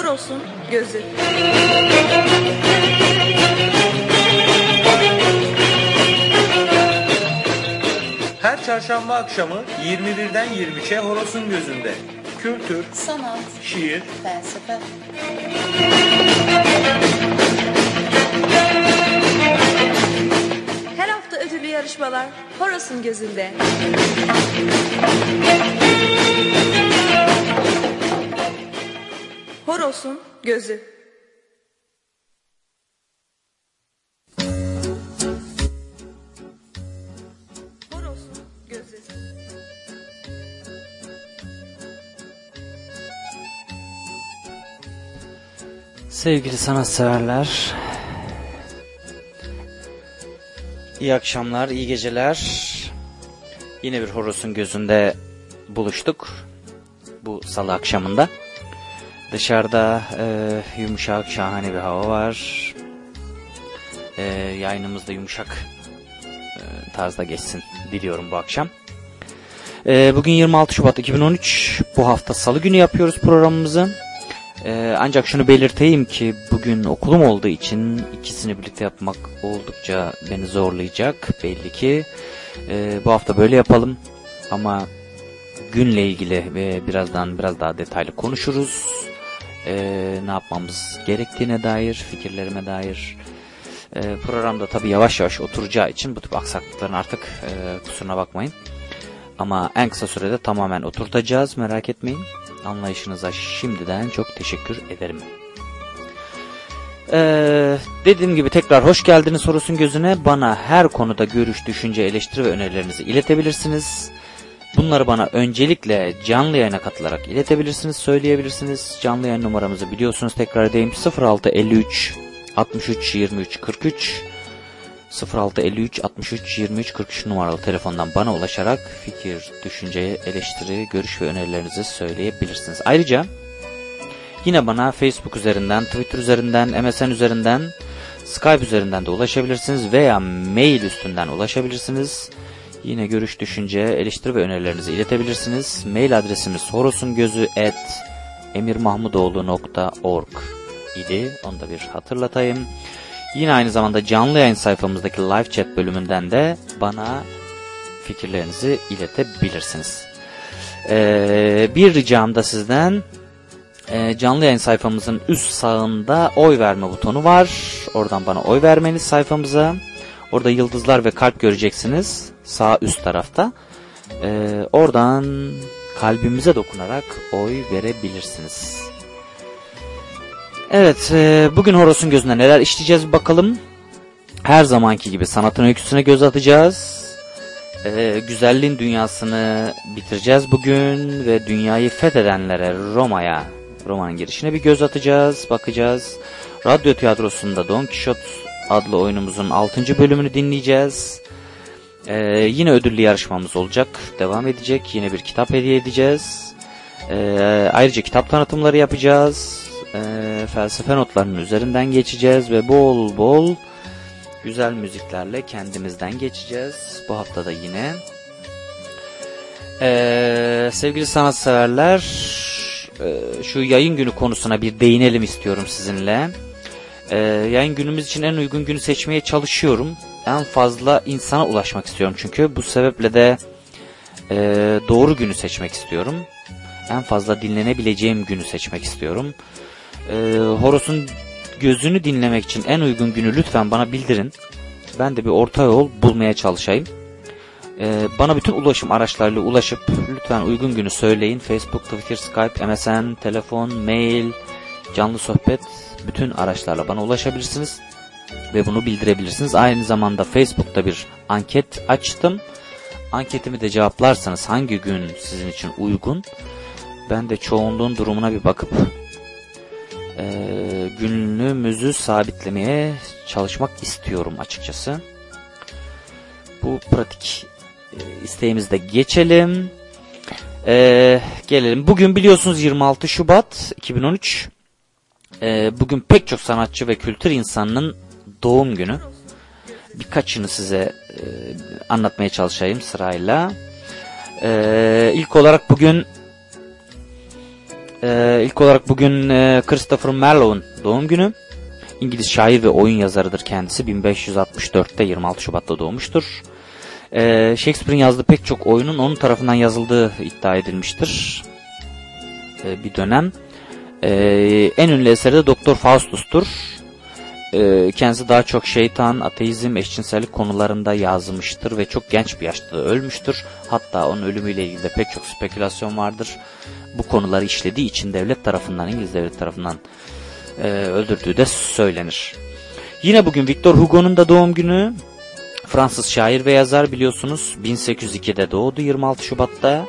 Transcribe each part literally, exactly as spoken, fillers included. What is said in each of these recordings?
Horos'un Gözü. Her çarşamba akşamı yirmi birden yirmi üçe Horos'un Gözü'nde. Kültür, sanat, şiir, felsefe. Her hafta ödüllü yarışmalar Horos'un Gözü'nde. Horos'un Gözü. Horos'un Gözü. Sevgili sanatseverler, iyi akşamlar, iyi geceler. Yine bir Horos'un Gözü'nde buluştuk bu salı akşamında. Dışarıda e, yumuşak, şahane bir hava var. E, yayınımız da yumuşak e, tarzda geçsin diliyorum bu akşam. E, bugün yirmi altı Şubat iki bin on üç, bu hafta salı günü yapıyoruz programımızı. Ee, ancak şunu belirteyim ki bugün okulum olduğu için ikisini birlikte yapmak oldukça beni zorlayacak belli ki. Ee, bu hafta böyle yapalım ama günle ilgili ve birazdan biraz daha detaylı konuşuruz. Ee, ne yapmamız gerektiğine dair, fikirlerime dair. Ee, programda tabii yavaş yavaş oturacağı için bu tip aksaklıkların artık e, kusuruna bakmayın. Ama en kısa sürede tamamen oturtacağız, merak etmeyin. Anlayışınıza şimdiden çok teşekkür ederim. Ee, dediğim gibi tekrar hoş geldiniz Horos'un Gözü'ne. Bana her konuda görüş, düşünce, eleştiri ve önerilerinizi iletebilirsiniz. Bunları bana öncelikle canlı yayına katılarak iletebilirsiniz, söyleyebilirsiniz. Canlı yayın numaramızı biliyorsunuz, tekrar edeyim. sıfır altı elli üç altmış üç yirmi üç kırk üç sıfır altı elli üç altmış üç yirmi üç kırk üç numaralı telefondan bana ulaşarak fikir, düşünce, eleştiri, görüş ve önerilerinizi söyleyebilirsiniz. Ayrıca yine bana Facebook üzerinden, Twitter üzerinden, M S N üzerinden, Skype üzerinden de ulaşabilirsiniz veya mail üstünden ulaşabilirsiniz. Yine görüş, düşünce, eleştiri ve önerilerinizi iletebilirsiniz. Mail adresimiz horosungözü at emirmahmudoğlu nokta org idi. Onu da bir hatırlatayım. Yine aynı zamanda canlı yayın sayfamızdaki live chat bölümünden de bana fikirlerinizi iletebilirsiniz. Ee, bir ricam da sizden, e, canlı yayın sayfamızın üst sağında oy verme butonu var. Oradan bana oy vermeniz sayfamıza. Orada yıldızlar ve kalp göreceksiniz sağ üst tarafta. Ee, oradan kalbimize dokunarak oy verebilirsiniz. Evet, e, bugün Horos'un Gözü'nde neler işleyeceğiz bir bakalım. Her zamanki gibi sanatın öyküsüne göz atacağız. E, güzelliğin dünyasını bitireceğiz bugün ve dünyayı fethedenlere, Roma'ya, Roma'nın girişine bir göz atacağız, bakacağız. Radyo tiyatrosunda Don Kişot adlı oyunumuzun altıncı bölümünü dinleyeceğiz. E, yine ödüllü yarışmamız olacak, devam edecek. Yine bir kitap hediye edeceğiz. E, ayrıca kitap tanıtımları yapacağız. E, felsefe notlarının üzerinden geçeceğiz ve bol bol güzel müziklerle kendimizden geçeceğiz bu haftada yine. E, sevgili sanatseverler, e, şu yayın günü konusuna bir değinelim istiyorum sizinle. E, yayın günümüz için en uygun günü seçmeye çalışıyorum. En fazla insana ulaşmak istiyorum çünkü bu sebeple de e, doğru günü seçmek istiyorum. En fazla dinlenebileceğim günü seçmek istiyorum. Ee, Horos'un Gözü'nü dinlemek için en uygun günü lütfen bana bildirin. Ben de bir orta yol bulmaya çalışayım. Ee, bana bütün ulaşım araçlarıyla ulaşıp lütfen uygun günü söyleyin. Facebook, Twitter, Skype, M S N, telefon, mail, canlı sohbet, bütün araçlarla bana ulaşabilirsiniz ve bunu bildirebilirsiniz. Aynı zamanda Facebook'ta bir anket açtım. Anketimi de cevaplarsanız hangi gün sizin için uygun, ben de çoğunluğun durumuna bir bakıp Ee, günümüzü sabitlemeye çalışmak istiyorum açıkçası. Bu pratik e, isteğimizde geçelim. Ee, gelelim. Bugün biliyorsunuz yirmi altı Şubat iki bin on üç. Ee, bugün pek çok sanatçı ve kültür insanının doğum günü. Birkaçını size e, anlatmaya çalışayım sırayla. Ee, ilk olarak bugün Ee, ilk olarak bugün e, Christopher Marlowe'un doğum günü. İngiliz şair ve oyun yazarıdır kendisi. bin beş yüz altmış dörtte yirmi altı Şubat'ta doğmuştur. Ee, Shakespeare'in yazdığı pek çok oyunun onun tarafından yazıldığı iddia edilmiştir. Ee, bir dönem. Ee, en ünlü eseri de Doktor Faustus'tur. Ee, kendisi daha çok şeytan, ateizm, eşcinsellik konularında yazmıştır ve çok genç bir yaşta da ölmüştür. Hatta onun ölümüyle ilgili de pek çok spekülasyon vardır. Bu konuları işlediği için devlet tarafından, İngiliz devlet tarafından e, öldürdüğü de söylenir. Yine bugün Victor Hugo'nun da doğum günü. Fransız şair ve yazar, biliyorsunuz. bin sekiz yüz ikide doğdu yirmi altı Şubat'ta.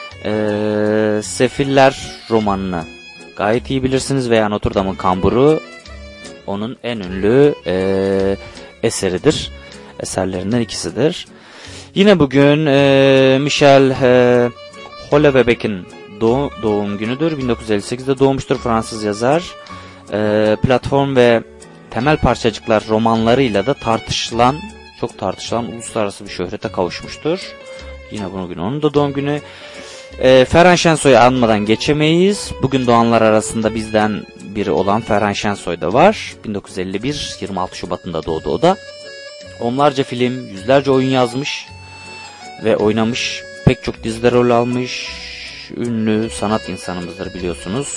Ee, Sefiller romanını gayet iyi bilirsiniz veya Notre Dame'ın Kamburu onun en ünlü e, eseridir. Eserlerinden ikisidir. Yine bugün e, Michel e, Houellebecq'in doğum, doğum günüdür. bin dokuz yüz elli sekizde doğmuştur Fransız yazar. E, Platform ve Temel Parçacıklar romanlarıyla da tartışılan, çok tartışılan uluslararası bir şöhrete kavuşmuştur. Yine bugün onun da doğum günü. E, Ferhan Şensoy'u anmadan geçemeyiz. Bugün doğanlar arasında bizden biri olan Ferhan Şensoy da var. bin dokuz yüz elli bir yirmi altı Şubat'ında doğdu o da. Onlarca film, yüzlerce oyun yazmış ve oynamış. Pek çok dizide rol almış. Ünlü sanat insanımızdır, biliyorsunuz.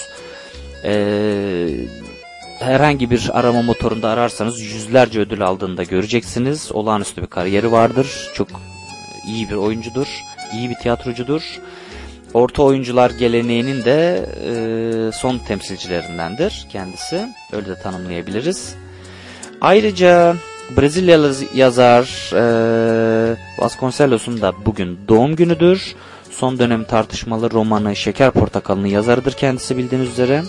Ee, herhangi bir arama motorunda ararsanız yüzlerce ödül aldığını da göreceksiniz. Olağanüstü bir kariyeri vardır. Çok iyi bir oyuncudur. İyi bir tiyatrocudur. Orta oyuncular geleneğinin de e, son temsilcilerindendir kendisi. Öyle de tanımlayabiliriz. Ayrıca Brezilyalı yazar e, Vasconcelos'un da bugün doğum günüdür. Son dönem tartışmalı romanı Şeker Portakalı'nın yazarıdır kendisi, bildiğiniz üzere.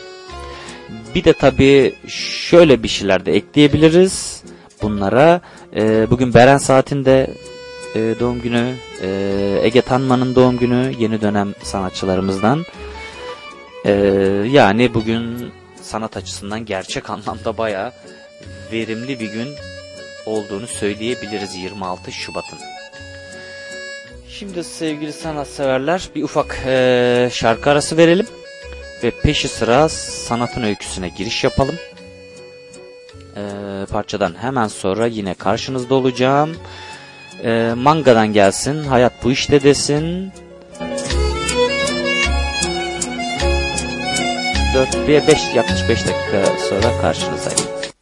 Bir de tabii şöyle bir şeyler de ekleyebiliriz bunlara. E, bugün Beren Saat'in de e, doğum günü, e, Ege Tanman'ın doğum günü, yeni dönem sanatçılarımızdan. E, yani bugün sanat açısından gerçek anlamda bayağı verimli bir gün olduğunu söyleyebiliriz yirmi altı Şubat'ın. Şimdi sevgili sanatseverler, bir ufak e, şarkı arası verelim ve peşi sıra sanatın öyküsüne giriş yapalım. E, parçadan hemen sonra yine karşınızda olacağım. E, Manga'dan gelsin, Hayat Bu İşte desin. dört veya beş, yaklaşık beş dakika sonra karşınızdayım.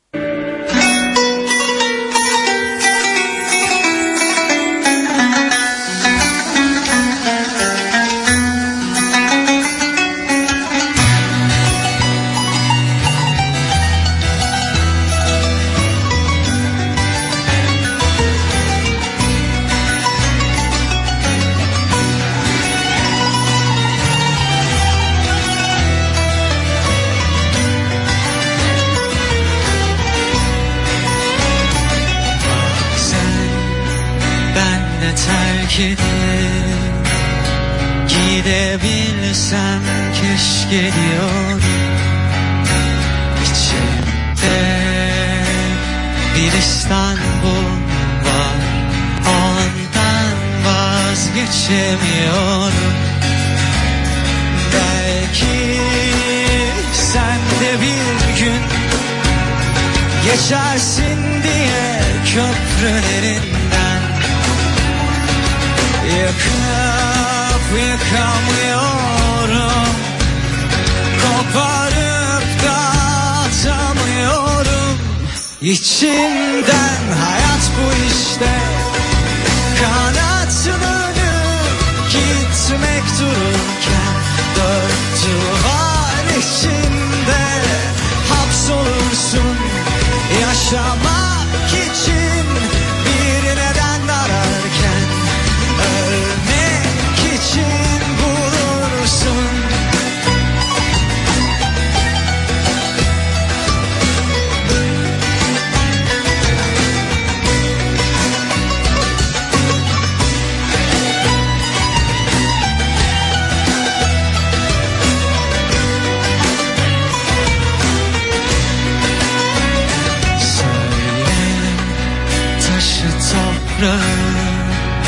Gidebilsem keşke diyorum, İçimde bir İstanbul var, ondan vazgeçemiyorum. Belki sen de bir gün geçersin diye köprülerinden, yakıp yıkamıyorum, koparıp da atamıyorum. İçimden hayat bu işte, kanatlanıp gitmek dururken dört duvar içinde hapsolursun. Yaşamak için bir neden ararken ölmek için bulursun.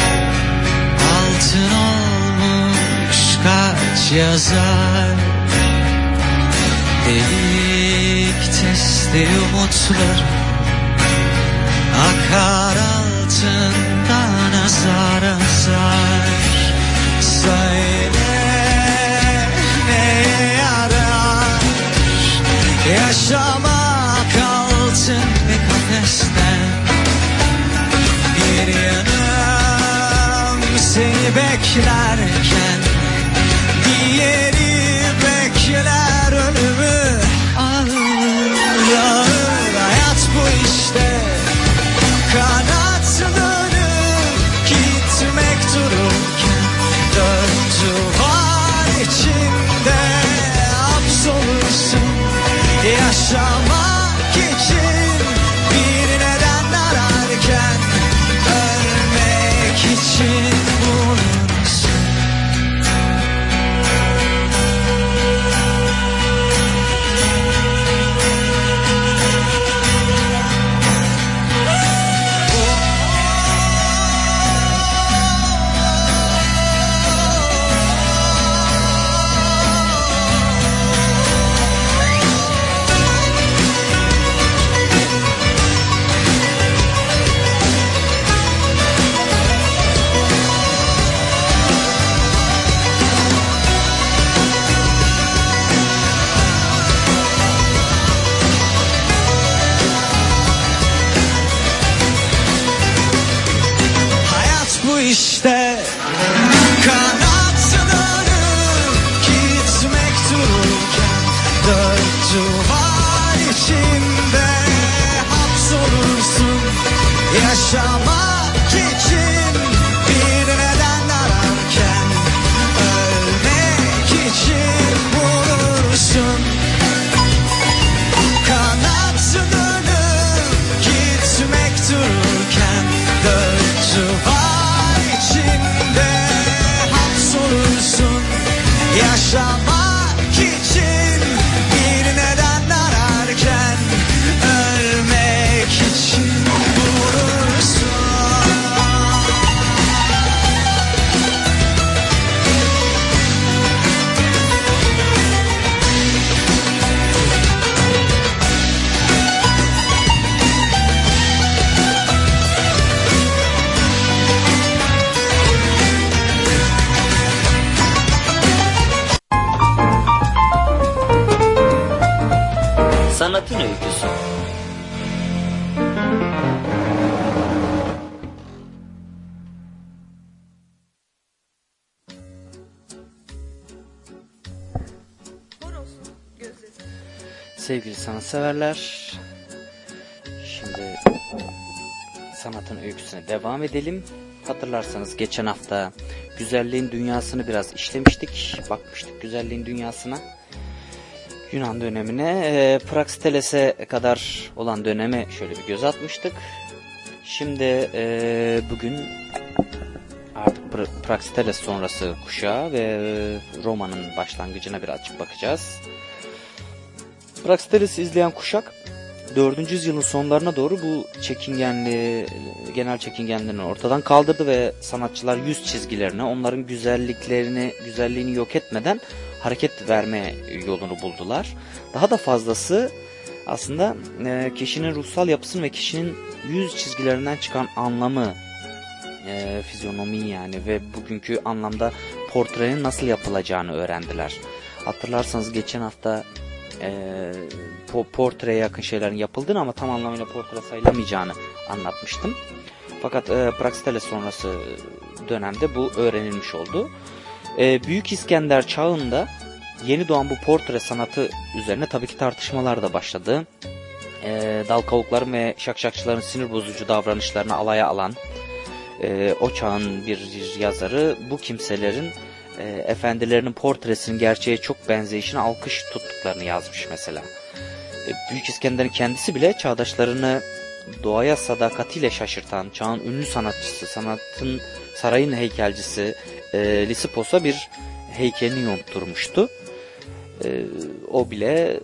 Altın olmuş kaç yazar, Delik testi umutlar akar altından azar azar. Söyle neye yarar yaşamak altın bir kafesten. Bir yanım seni beklerken diğeri bekler ölümü. Ağır ağır hayat bu işte, kanatlanıp gitmek dururken dört duvar içinde hapsolursun. Yaşamak için bir neden ararken ölmek için bulursun. İşte kanatlanıp gitmek dururken dört duvar içinde hapsolursun. Yaşamak için bir neden ararken ölmek için bulursun. Kanatlanıp gitmek dururken dört duvar yaşamak için bir neden ararken ölmek için bulursun. Sanatın öyküsü. Horoz'un gözdesi. Sevgili sanatseverler, şimdi sanatın öyküsüne devam edelim. Hatırlarsanız geçen hafta güzelliğin dünyasını biraz işlemiştik. Bakmıştık güzelliğin dünyasına. Yunan dönemine, e, Praxiteles'e kadar olan döneme şöyle bir göz atmıştık. Şimdi e, bugün artık Praxiteles sonrası kuşağı ve Roma'nın başlangıcına birazcık bakacağız. Praxiteles'i izleyen kuşak dördüncü yüzyılın sonlarına doğru bu çekingenliği, genel çekingenliğini ortadan kaldırdı ve sanatçılar yüz çizgilerine, onların güzelliklerini, güzelliğini yok etmeden hareket verme yolunu buldular. Daha da fazlası aslında e, kişinin ruhsal yapısını ve kişinin yüz çizgilerinden çıkan anlamı, e, fizyonomi yani ve bugünkü anlamda portrenin nasıl yapılacağını öğrendiler. Hatırlarsanız geçen hafta e, portreye yakın şeylerin yapıldığını ama tam anlamıyla portre sayılamayacağını anlatmıştım. Fakat e, Praxiteles sonrası dönemde bu öğrenilmiş oldu. E, Büyük İskender çağında yeni doğan bu portre sanatı üzerine tabii ki tartışmalar da başladı. E, dal kavukların ve şakşakçıların sinir bozucu davranışlarını alaya alan e, o çağın bir yazarı bu kimselerin e, efendilerinin portresinin gerçeğe çok benzeyişine alkış tuttuklarını yazmış mesela. E, Büyük İskender'in kendisi bile çağdaşlarını doğaya sadakatiyle şaşırtan çağın ünlü sanatçısı, sanatın sarayın heykelcisi e, Lisipos'a bir heykelini yontturmuştu. E, o bile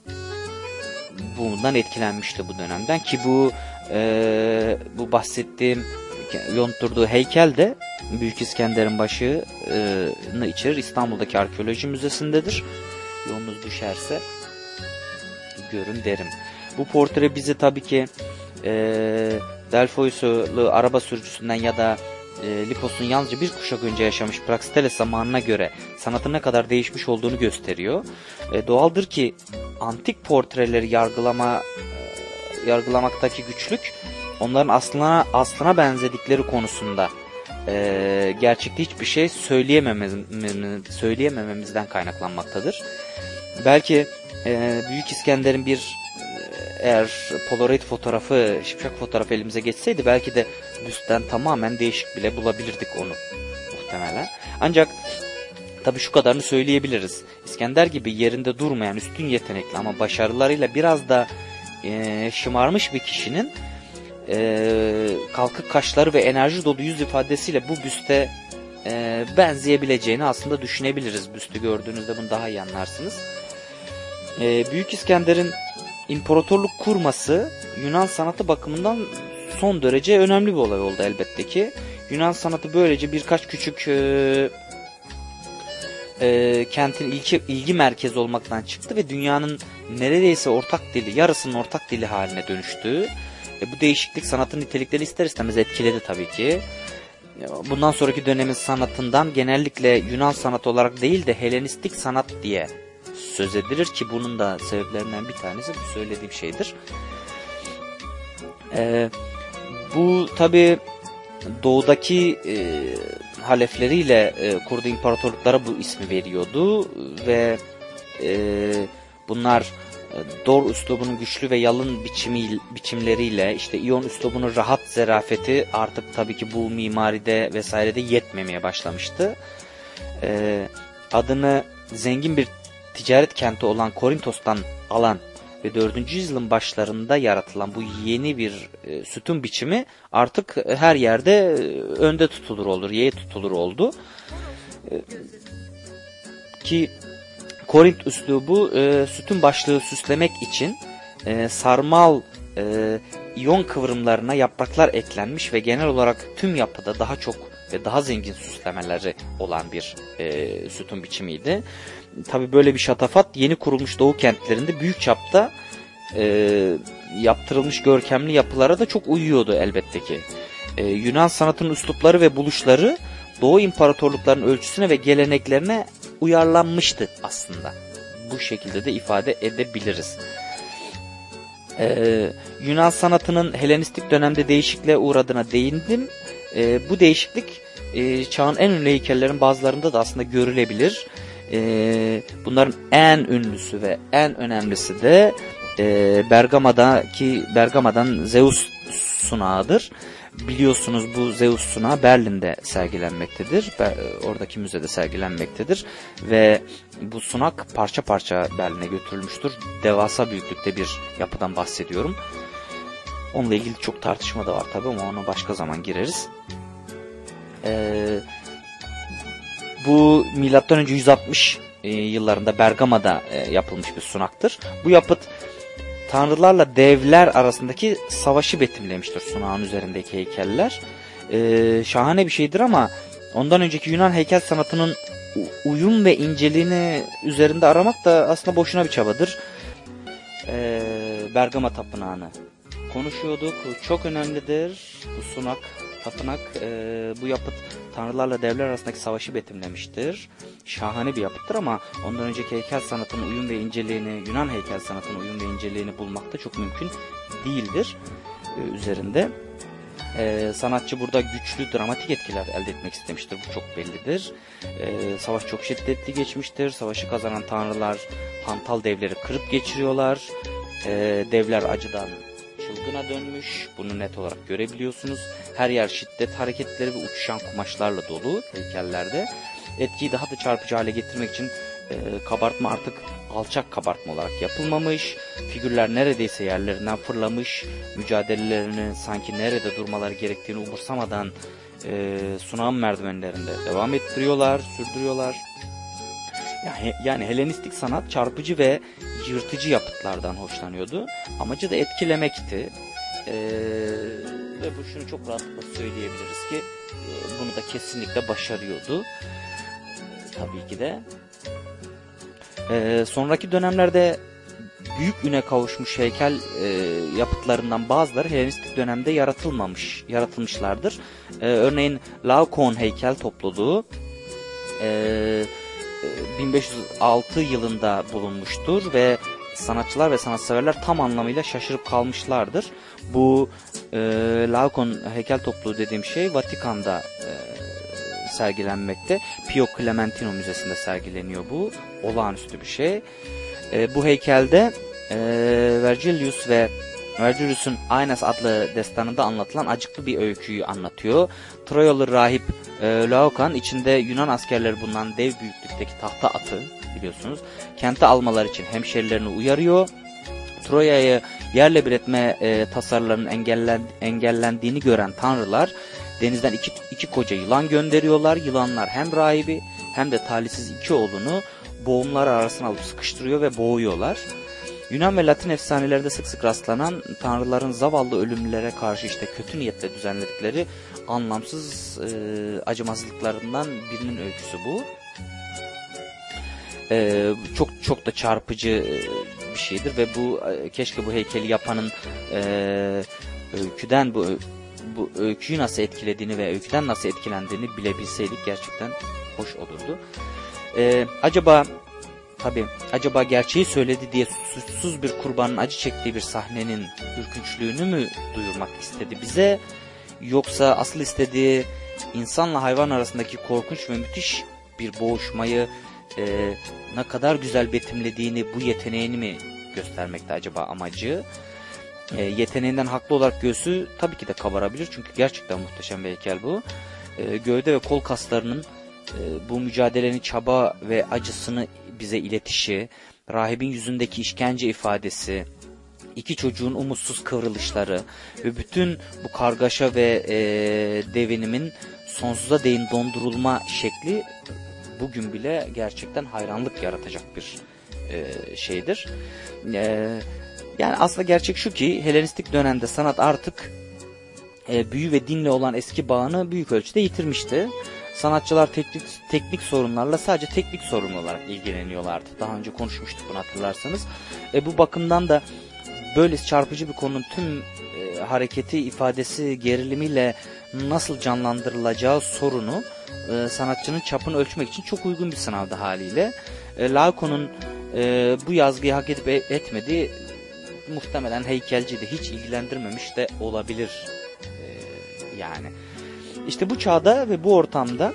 bundan etkilenmişti bu dönemden ki bu e, bu bahsettiğim yontturduğu heykel de Büyük İskender'in başını içerir. İstanbul'daki Arkeoloji Müzesi'ndedir. Yolunuz düşerse görün derim. Bu portre bizi tabii ki e, Delfoyus'lu araba sürücüsünden ya da e, Lipos'un yalnızca bir kuşak önce yaşamış Praxiteles zamanına göre sanatın ne kadar değişmiş olduğunu gösteriyor. E, doğaldır ki antik portreleri yargılama e, yargılamaktaki güçlük onların aslına aslına benzedikleri konusunda e, gerçekte hiçbir şey söyleyemememiz, söyleyemememizden kaynaklanmaktadır. Belki e, Büyük İskender'in bir eğer Polaroid fotoğrafı, şipşak fotoğrafı elimize geçseydi belki de büstten tamamen değişik bile bulabilirdik onu muhtemelen. Ancak tabii şu kadarını söyleyebiliriz. İskender gibi yerinde durmayan üstün yetenekli ama başarılarıyla biraz da e, şımarmış bir kişinin e, kalkık kaşları ve enerji dolu yüz ifadesiyle bu büste e, benzeyebileceğini aslında düşünebiliriz. Büstü gördüğünüzde bunu daha iyi anlarsınız. E, Büyük İskender'in İmparatorluk kurması Yunan sanatı bakımından son derece önemli bir olay oldu elbette ki. Yunan sanatı böylece birkaç küçük e, e, kentin ilgi, ilgi merkezi olmaktan çıktı ve dünyanın neredeyse ortak dili, yarısının ortak dili haline dönüştü. E, bu değişiklik sanatın niteliklerini ister istemez etkiledi tabii ki. Bundan sonraki dönemin sanatından genellikle Yunan sanatı olarak değil de Helenistik sanat diye söz edilir ki bunun da sebeplerinden bir tanesi bu söylediğim şeydir. Ee, bu tabi doğudaki e, halefleriyle e, kurduğu imparatorluklara bu ismi veriyordu ve e, bunlar e, Dor üslubunun güçlü ve yalın biçimi, biçimleriyle işte İyon üslubunun rahat zerafeti artık tabii ki bu mimaride vesairede yetmemeye başlamıştı. E, adını zengin bir ticaret kenti olan Korintos'tan alan ve dördüncü yüzyılın başlarında yaratılan bu yeni bir e, sütun biçimi artık her yerde e, önde tutulur olur, yeye tutulur oldu. E, ki Korint üslubu e, sütun başlığı süslemek için e, sarmal e, iyon kıvrımlarına yapraklar eklenmiş ve genel olarak tüm yapıda daha çok ve daha zengin süslemeleri olan bir e, sütun biçimiydi. Tabii böyle bir şatafat yeni kurulmuş doğu kentlerinde büyük çapta e, yaptırılmış görkemli yapılara da çok uyuyordu elbette ki. E, Yunan sanatının üslupları ve buluşları Doğu imparatorluklarının ölçüsüne ve geleneklerine uyarlanmıştı aslında. Bu şekilde de ifade edebiliriz. E, Yunan sanatının Helenistik dönemde değişikliğe uğradığına değindim. E, bu değişiklik e, çağın en ünlü heykellerin bazılarında da aslında görülebilir. E, bunların en ünlüsü ve en önemlisi de e, Bergama'daki Bergama'dan Zeus sunağıdır. Biliyorsunuz bu Zeus sunağı Berlin'de sergilenmektedir. Oradaki müzede sergilenmektedir. Ve bu sunak parça parça Berlin'e götürülmüştür. Devasa büyüklükte bir yapıdan bahsediyorum. Onunla ilgili çok tartışma da var tabii ama ona başka zaman gireriz. Ee, bu milattan önce yüz altmış e, yıllarında Bergama'da e, yapılmış bir sunaktır. Bu yapıt tanrılarla devler arasındaki savaşı betimlemiştir sunağın üzerindeki heykeller. Ee, şahane bir şeydir ama ondan önceki Yunan heykel sanatının uyum ve inceliğini üzerinde aramak da aslında boşuna bir çabadır. Ee, Bergama Tapınağı'nı konuşuyorduk. Çok önemlidir bu sunak, tapınak. E, bu yapıt tanrılarla devler arasındaki savaşı betimlemiştir. Şahane bir yapıttır ama ondan önceki heykel sanatının uyum ve inceliğini, Yunan heykel sanatının uyum ve inceliğini bulmak da çok mümkün değildir e, üzerinde. E, sanatçı burada güçlü, dramatik etkiler elde etmek istemiştir. Bu çok bellidir. E, savaş çok şiddetli geçmiştir. Savaşı kazanan tanrılar hantal devleri kırıp geçiriyorlar. E, devler acıdan çılgına dönmüş. Bunu net olarak görebiliyorsunuz. Her yer şiddet hareketleri ve uçuşan kumaşlarla dolu heykellerde. Etkiyi daha da çarpıcı hale getirmek için e, kabartma artık alçak kabartma olarak yapılmamış. Figürler neredeyse yerlerinden fırlamış. Mücadelelerini sanki nerede durmaları gerektiğini umursamadan e, sunağın merdivenlerinde devam ettiriyorlar, sürdürüyorlar. Yani, yani Helenistik sanat çarpıcı ve yırtıcı yapıtlardan hoşlanıyordu. Amacı da etkilemekti. Ee, ve bu şunu çok rahatlıkla söyleyebiliriz ki e, bunu da kesinlikle başarıyordu. Tabii ki de. Ee, sonraki dönemlerde büyük üne kavuşmuş heykel e, yapıtlarından bazıları Helenistik dönemde yaratılmamış, yaratılmışlardır. E, örneğin Laokoon heykel topluluğu e, bin beş yüz altı yılında bulunmuştur ve sanatçılar ve sanatseverler tam anlamıyla şaşırıp kalmışlardır. Bu e, Laokoon heykel topluluğu dediğim şey Vatikan'da e, sergilenmekte. Pio Clementino Müzesi'nde sergileniyor bu. Olağanüstü bir şey. E, bu heykelde e, Vergilius ve Vergilius'un Aeneas adlı destanında anlatılan acıklı bir öyküyü anlatıyor. Troyalı rahip e, Laokoon içinde Yunan askerleri bulunan dev büyüklükteki tahta atı biliyorsunuz. Kenti almaları için hemşerilerini uyarıyor. Troya'yı yerle bir etme e, tasarılarının engellen, engellendiğini gören tanrılar denizden iki, iki koca yılan gönderiyorlar. Yılanlar hem rahibi hem de talihsiz iki oğlunu boğumlar arasına alıp sıkıştırıyor ve boğuyorlar. Yunan ve Latin efsanelerinde sık sık rastlanan tanrıların zavallı ölümlülere karşı işte kötü niyetle düzenledikleri anlamsız e, acımasızlıklarından birinin öyküsü bu. E, çok çok da çarpıcı bir şeydir ve bu keşke bu heykeli yapanın e, öyküden bu bu öyküyü nasıl etkilediğini ve öyküden nasıl etkilendiğini bilebilseydik gerçekten hoş olurdu. E, acaba Tabii acaba gerçeği söyledi diye suçsuz bir kurbanın acı çektiği bir sahnenin ürkünçlüğünü mü duyurmak istedi bize? Yoksa asıl istediği insanla hayvan arasındaki korkunç ve müthiş bir boğuşmayı e, ne kadar güzel betimlediğini, bu yeteneğini mi göstermekte acaba amacı? E, yeteneğinden haklı olarak göğsü tabii ki de kabarabilir çünkü gerçekten muhteşem bir heykel bu. E, gövde ve kol kaslarının e, bu mücadelenin çaba ve acısını bize iletişi, rahibin yüzündeki işkence ifadesi, iki çocuğun umutsuz kıvrılışları ve bütün bu kargaşa ve e, devinimin sonsuza değin dondurulma şekli bugün bile gerçekten hayranlık yaratacak bir e, şeydir. E, yani aslında gerçek şu ki Helenistik dönemde sanat artık e, büyü ve dinle olan eski bağını büyük ölçüde yitirmişti. Sanatçılar teknik, teknik sorunlarla sadece teknik sorun olarak ilgileniyorlardı. Daha önce konuşmuştuk bunu hatırlarsanız. E, bu bakımdan da böyle çarpıcı bir konunun tüm e, hareketi, ifadesi, gerilimiyle nasıl canlandırılacağı sorunu e, sanatçının çapını ölçmek için çok uygun bir sınavdı haliyle. E, Laokoon'un e, bu yazgıyı hak edip etmediği muhtemelen heykelci de hiç ilgilendirmemiş de olabilir e, yani. İşte bu çağda ve bu ortamda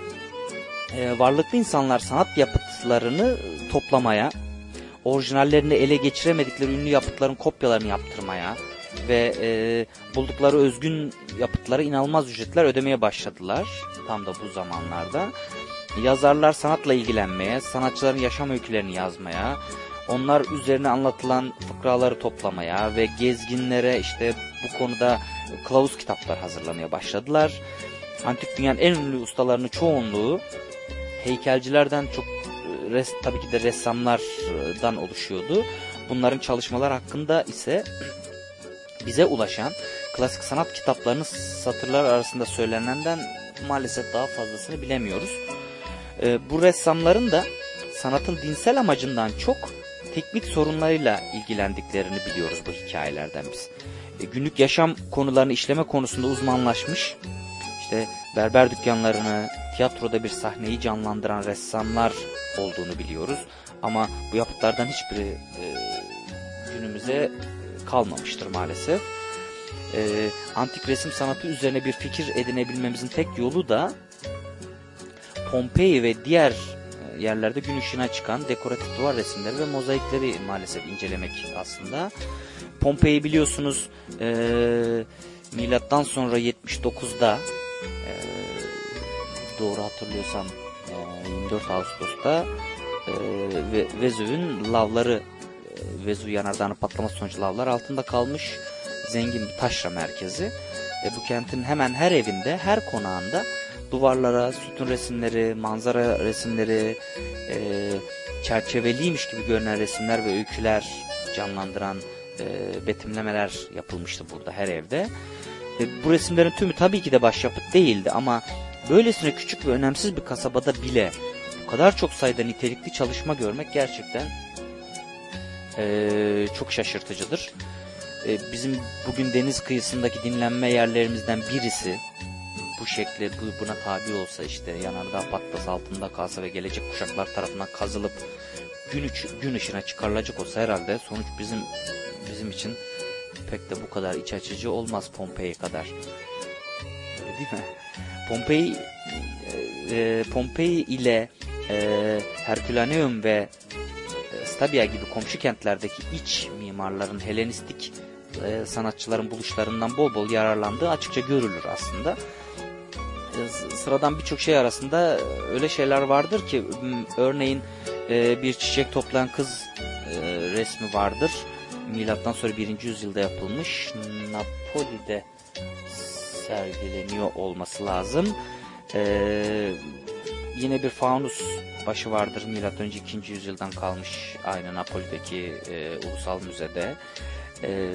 e, varlıklı insanlar sanat yapıtlarını toplamaya, orijinallerini ele geçiremedikleri ünlü yapıtların kopyalarını yaptırmaya ve e, buldukları özgün yapıtlara inanılmaz ücretler ödemeye başladılar tam da bu zamanlarda. Yazarlar sanatla ilgilenmeye, sanatçıların yaşam öykülerini yazmaya, onlar üzerine anlatılan fıkraları toplamaya ve gezginlere işte bu konuda kılavuz kitaplar hazırlamaya başladılar. Antik dünyanın en ünlü ustalarının çoğunluğu heykelcilerden çok res, tabii ki de ressamlardan oluşuyordu. Bunların çalışmalar hakkında ise bize ulaşan klasik sanat kitaplarının satırlar arasında söylenenden maalesef daha fazlasını bilemiyoruz. Ee, bu ressamların da sanatın dinsel amacından çok teknik sorunlarıyla ilgilendiklerini biliyoruz bu hikayelerden biz. Ee, günlük yaşam konularını işleme konusunda uzmanlaşmış, İşte berber dükkanlarını, tiyatroda bir sahneyi canlandıran ressamlar olduğunu biliyoruz. Ama bu yapıtlardan hiçbiri e, günümüze kalmamıştır maalesef. E, antik resim sanatı üzerine bir fikir edinebilmemizin tek yolu da Pompei ve diğer yerlerde gün ışığına çıkan dekoratif duvar resimleri ve mozaikleri maalesef incelemek aslında. Pompei biliyorsunuz e, milattan sonra yetmiş dokuzda doğru hatırlıyorsam yirmi dört Ağustos'ta e, Vezüv'ün lavları, e, Vezüv yanardağının patlaması sonucu lavlar altında kalmış zengin bir taşra merkezi. E, bu kentin hemen her evinde, her konağında duvarlara sütun resimleri, manzara resimleri, e, çerçeveliymiş gibi görünen resimler ve öyküler canlandıran e, betimlemeler yapılmıştı burada her evde. E, bu resimlerin tümü tabii ki de başyapıt değildi ama böylesine küçük ve önemsiz bir kasabada bile bu kadar çok sayıda nitelikli çalışma görmek gerçekten Ee, çok şaşırtıcıdır. Ee, bizim bugün deniz kıyısındaki dinlenme yerlerimizden birisi bu şekilde bu, buna tabi olsa, işte yanardağ patlası altında kalsa ve gelecek kuşaklar tarafından kazılıp gün, gün ışığına çıkarılacak olsa herhalde sonuç bizim bizim için pek de bu kadar iç açıcı olmaz Pompei kadar. Değil mi? Pompei e, Pompei ile e, Herculaneum ve e, Stabia gibi komşu kentlerdeki iç mimarların Helenistik e, sanatçıların buluşlarından bol bol yararlandığı açıkça görülür aslında. E, sıradan birçok şey arasında öyle şeyler vardır ki, örneğin e, bir çiçek toplayan kız e, resmi vardır. Milattan sonra birinci yüzyılda yapılmış. Napoli'de sergileniyor olması lazım. Ee, yine bir fanus başı vardır. Milattan önce ikinci yüzyıldan kalmış. Aynı Napoli'deki e, ulusal müzede. Ee,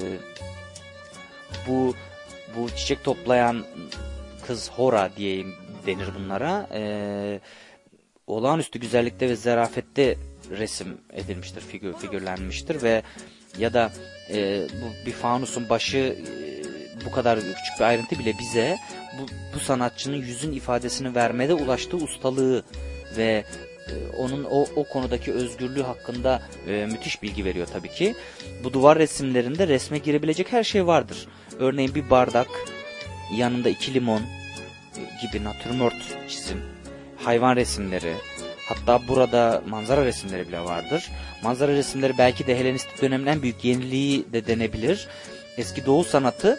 bu bu çiçek toplayan kız Hora diye denir bunlara. Ee, olağanüstü güzellikte ve zarafette resim edilmiştir, figür figürlenmiştir ve ya da e, bu bir fanusun başı e, bu kadar küçük bir ayrıntı bile bize bu, bu sanatçının yüzün ifadesini vermede ulaştığı ustalığı ve e, onun o, o konudaki özgürlüğü hakkında e, müthiş bilgi veriyor tabii ki. Bu duvar resimlerinde resme girebilecek her şey vardır. Örneğin bir bardak, yanında iki limon gibi natürmort çizim, hayvan resimleri, hatta burada manzara resimleri bile vardır. Manzara resimleri belki de Helenistik dönemin en büyük yeniliği de denebilir. Eski Doğu sanatı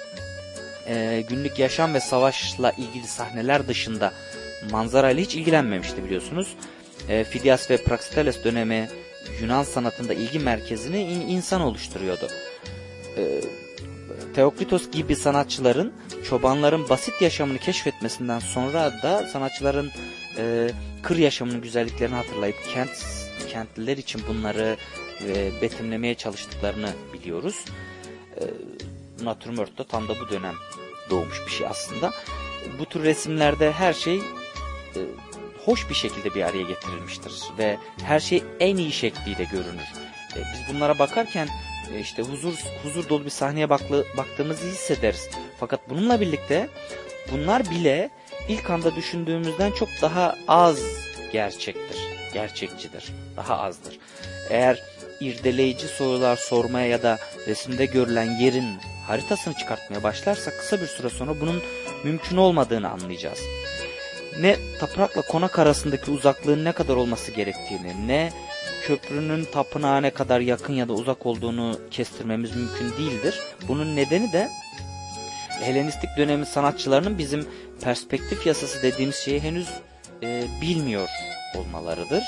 e, günlük yaşam ve savaşla ilgili sahneler dışında manzarayla hiç ilgilenmemişti biliyorsunuz. E, Fidias ve Praxiteles dönemi Yunan sanatında ilgi merkezini in, insan oluşturuyordu. E, Theokritos gibi sanatçıların çobanların basit yaşamını keşfetmesinden sonra da sanatçıların e, kır yaşamının güzelliklerini hatırlayıp kent kentliler için bunları e, betimlemeye çalıştıklarını biliyoruz. E, Natürmort da tam da bu dönem doğmuş bir şey aslında. Bu tür resimlerde her şey e, hoş bir şekilde bir araya getirilmiştir ve her şey en iyi şekliyle görünür. E, biz bunlara bakarken e, işte huzur huzur dolu bir sahneye baklı, baktığımızı hissederiz. Fakat bununla birlikte bunlar bile ilk anda düşündüğümüzden çok daha az gerçektir, gerçekçidir, daha azdır. Eğer irdeleyici sorular sormaya ya da resimde görülen yerin haritasını çıkartmaya başlarsak kısa bir süre sonra bunun mümkün olmadığını anlayacağız. Ne tapınakla konak arasındaki uzaklığın ne kadar olması gerektiğini, ne köprünün tapınağa ne kadar yakın ya da uzak olduğunu kestirmemiz mümkün değildir. Bunun nedeni de Helenistik dönemi sanatçılarının bizim perspektif yasası dediğimiz şeyi henüz e, bilmiyor olmalarıdır.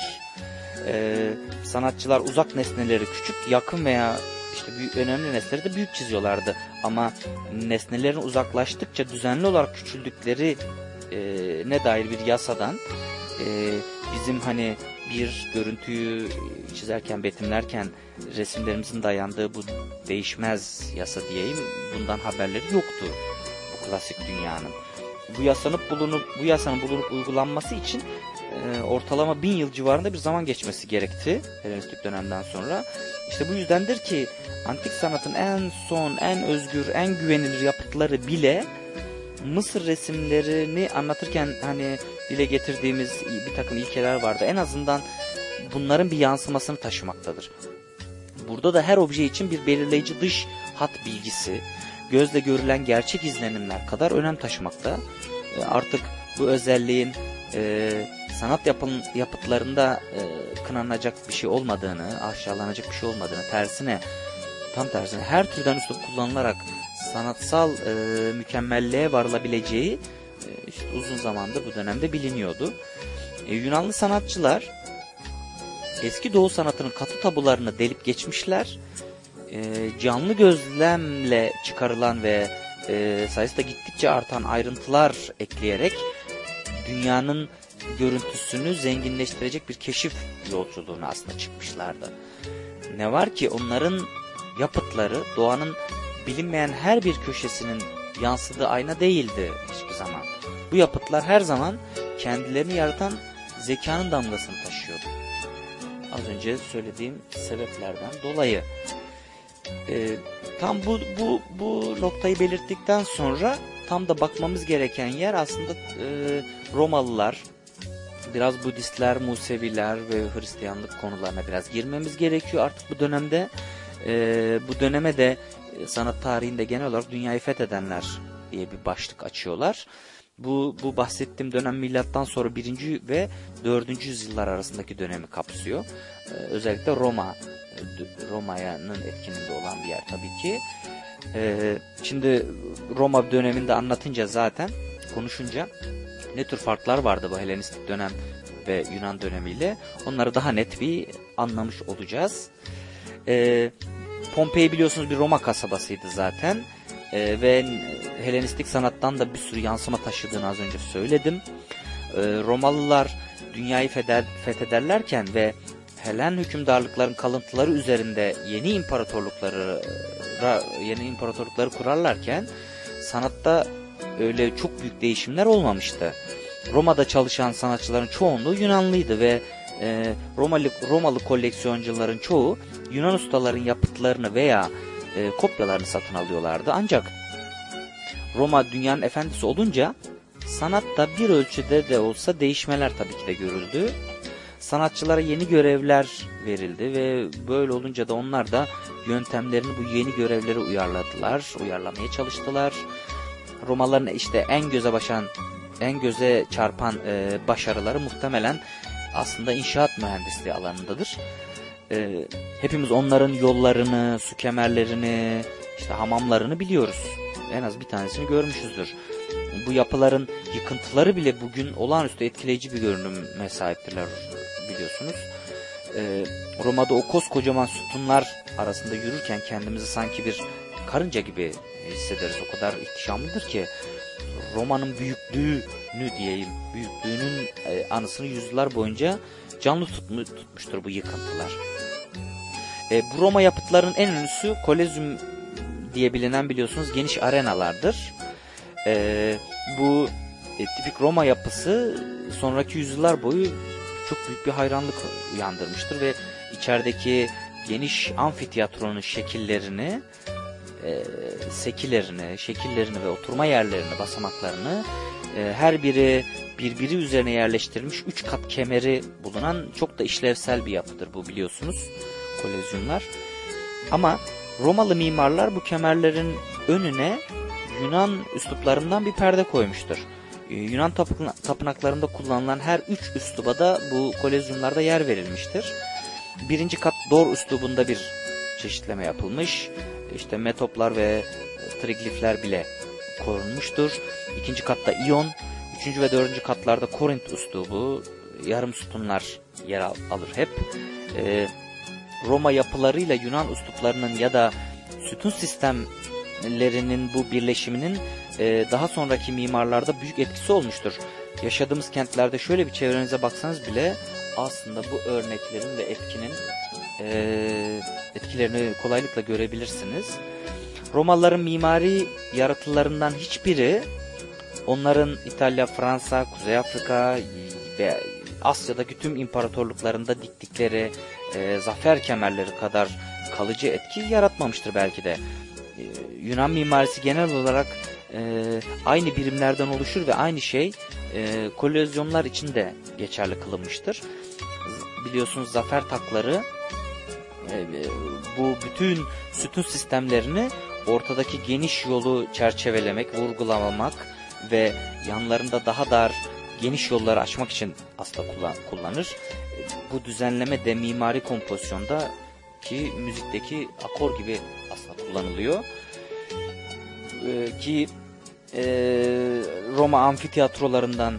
E, sanatçılar uzak nesneleri küçük, yakın veya işte büyük, önemli nesneleri de büyük çiziyorlardı. Ama nesnelerin uzaklaştıkça düzenli olarak küçüldükleri e, ne dair bir yasadan e, bizim hani bir görüntüyü çizerken, betimlerken resimlerimizin dayandığı bu değişmez yasa diyeyim, bundan haberleri yoktu bu klasik dünyanın. Bu yasanın bulunup bu yasanın bulunup uygulanması için e, ortalama bin yıl civarında bir zaman geçmesi gerekti Helenistik dönemden sonra. İşte bu yüzdendir ki antik sanatın en son, en özgür, en güvenilir yapıtları bile Mısır resimlerini anlatırken hani dile getirdiğimiz bir takım ilkeler vardı. En azından bunların bir yansımasını taşımaktadır. Burada da her obje için bir belirleyici dış hat bilgisi, gözle görülen gerçek izlenimler kadar önem taşımakta. E, artık bu özelliğin e, sanat yapın, yapıtlarında e, kınanacak bir şey olmadığını, aşağılanacak bir şey olmadığını, tersine, tam tersine her türden üslup kullanılarak sanatsal e, mükemmelliğe varılabileceği e, işte uzun zamandır bu dönemde biliniyordu. E, Yunanlı sanatçılar eski Doğu sanatının katı tabularını delip geçmişler. E, canlı gözlemle çıkarılan ve e, sayısı da gittikçe artan ayrıntılar ekleyerek dünyanın görüntüsünü zenginleştirecek bir keşif yolculuğuna aslında çıkmışlardı. Ne var ki onların yapıtları doğanın bilinmeyen her bir köşesinin yansıdığı ayna değildi hiçbir zaman. Bu yapıtlar her zaman kendilerini yaratan zekanın damgasını taşıyordu. az önce söylediğim sebeplerden dolayı. E, tam bu bu bu noktayı belirttikten sonra tam da bakmamız gereken yer aslında e, Romalılar, biraz Budistler, Museviler ve Hristiyanlık konularına biraz girmemiz gerekiyor artık bu dönemde. E, bu döneme de sanat tarihinde genel olarak dünyayı fethedenler diye bir başlık açıyorlar. Bu, bu bahsettiğim dönem milattan sonra birinci ve dördüncü yüzyıllar arasındaki dönemi kapsıyor. Ee, özellikle Roma, Roma'nın etkinliğinde olan bir yer tabii ki. Ee, şimdi Roma döneminde anlatınca zaten, konuşunca ne tür farklar vardı bu Helenistik dönem ve Yunan dönemiyle, onları daha net bir anlamış olacağız. Ee, Pompei biliyorsunuz bir Roma kasabasıydı zaten. Ee, ve Helenistik sanattan da bir sürü yansıma taşıdığını az önce söyledim. Ee, Romalılar dünyayı fetheder, fethederlerken ve Helen hükümdarlıkların kalıntıları üzerinde yeni imparatorlukları yeni imparatorlukları kurarlarken sanatta öyle çok büyük değişimler olmamıştı. Roma'da çalışan sanatçıların çoğunluğu Yunanlıydı ve e, Romalı, Romalı koleksiyoncuların çoğu Yunan ustaların yapıtlarını veya e, kopyalarını satın alıyorlardı. Ancak Roma dünyanın efendisi olunca sanatta bir ölçüde de olsa değişmeler tabii ki de görüldü. Sanatçılara yeni görevler verildi ve böyle olunca da onlar da yöntemlerini bu yeni görevlere uyarladılar, uyarlamaya çalıştılar. Romalıların işte en göze başan, en göze çarpan e, başarıları muhtemelen aslında inşaat mühendisliği alanındadır. E, hepimiz onların yollarını, su kemerlerini, işte hamamlarını biliyoruz. En az bir tanesini görmüşüzdür. Bu yapıların yıkıntıları bile bugün olağanüstü etkileyici bir görünüme sahiptirler, biliyorsunuz. Ee, Roma'da o koskocaman sütunlar arasında yürürken kendimizi sanki bir karınca gibi hissederiz. O kadar ihtişamlıdır ki Roma'nın büyüklüğünü diyeyim, büyüklüğünün e, anısını yüzyıllar boyunca canlı tutmu, tutmuştur bu yıkıntılar. E, bu Roma yapıtlarının en ünlüsü Kolezyum diye bilinen, biliyorsunuz, geniş arenalardır. E, bu e, tipik Roma yapısı sonraki yüzyıllar boyu çok büyük bir hayranlık uyandırmıştır ve içerideki geniş amfiteyatronun şekillerini, e, sekilerini, şekillerini ve oturma yerlerini, basamaklarını, e, her biri birbiri üzerine yerleştirilmiş üç kat kemeri bulunan çok da işlevsel bir yapıdır bu, biliyorsunuz, kolezyumlar. Ama Romalı mimarlar bu kemerlerin önüne Yunan üsluplarından bir perde koymuştur. Yunan tapınaklarında kullanılan her üç üsluba da bu kolezyumlarda yer verilmiştir. Birinci kat Dor üslubunda bir çeşitleme yapılmış. İşte metoplar ve triglifler bile korunmuştur. İkinci katta İyon, üçüncü ve dördüncü katlarda Korint üslubu, yarım sütunlar yer al alır hep. Ee, Roma yapılarıyla Yunan üsluplarının ya da sütun sistemlerinin bu birleşiminin e, daha sonraki mimarlarda büyük etkisi olmuştur. Yaşadığımız kentlerde şöyle bir çevrenize baksanız bile aslında bu örneklerin ve etkinin e, etkilerini kolaylıkla görebilirsiniz. Romalıların mimari yaratılarından hiçbiri onların İtalya, Fransa, Kuzey Afrika ve Asya'daki tüm imparatorluklarında diktikleri e, zafer kemerleri kadar kalıcı etki yaratmamıştır belki de. E, Yunan mimarisi genel olarak e, aynı birimlerden oluşur ve aynı şey e, kolezyumlar için de geçerli kılınmıştır. Biliyorsunuz zafer takları e, bu bütün sütun sistemlerini ortadaki geniş yolu çerçevelemek, vurgulamak ve yanlarında daha dar geniş yolları açmak için aslında kullanır. Bu düzenleme de mimari kompozisyonda ki müzikteki akor gibi aslında kullanılıyor. Ee, ki e, Roma amfiteyatrolarından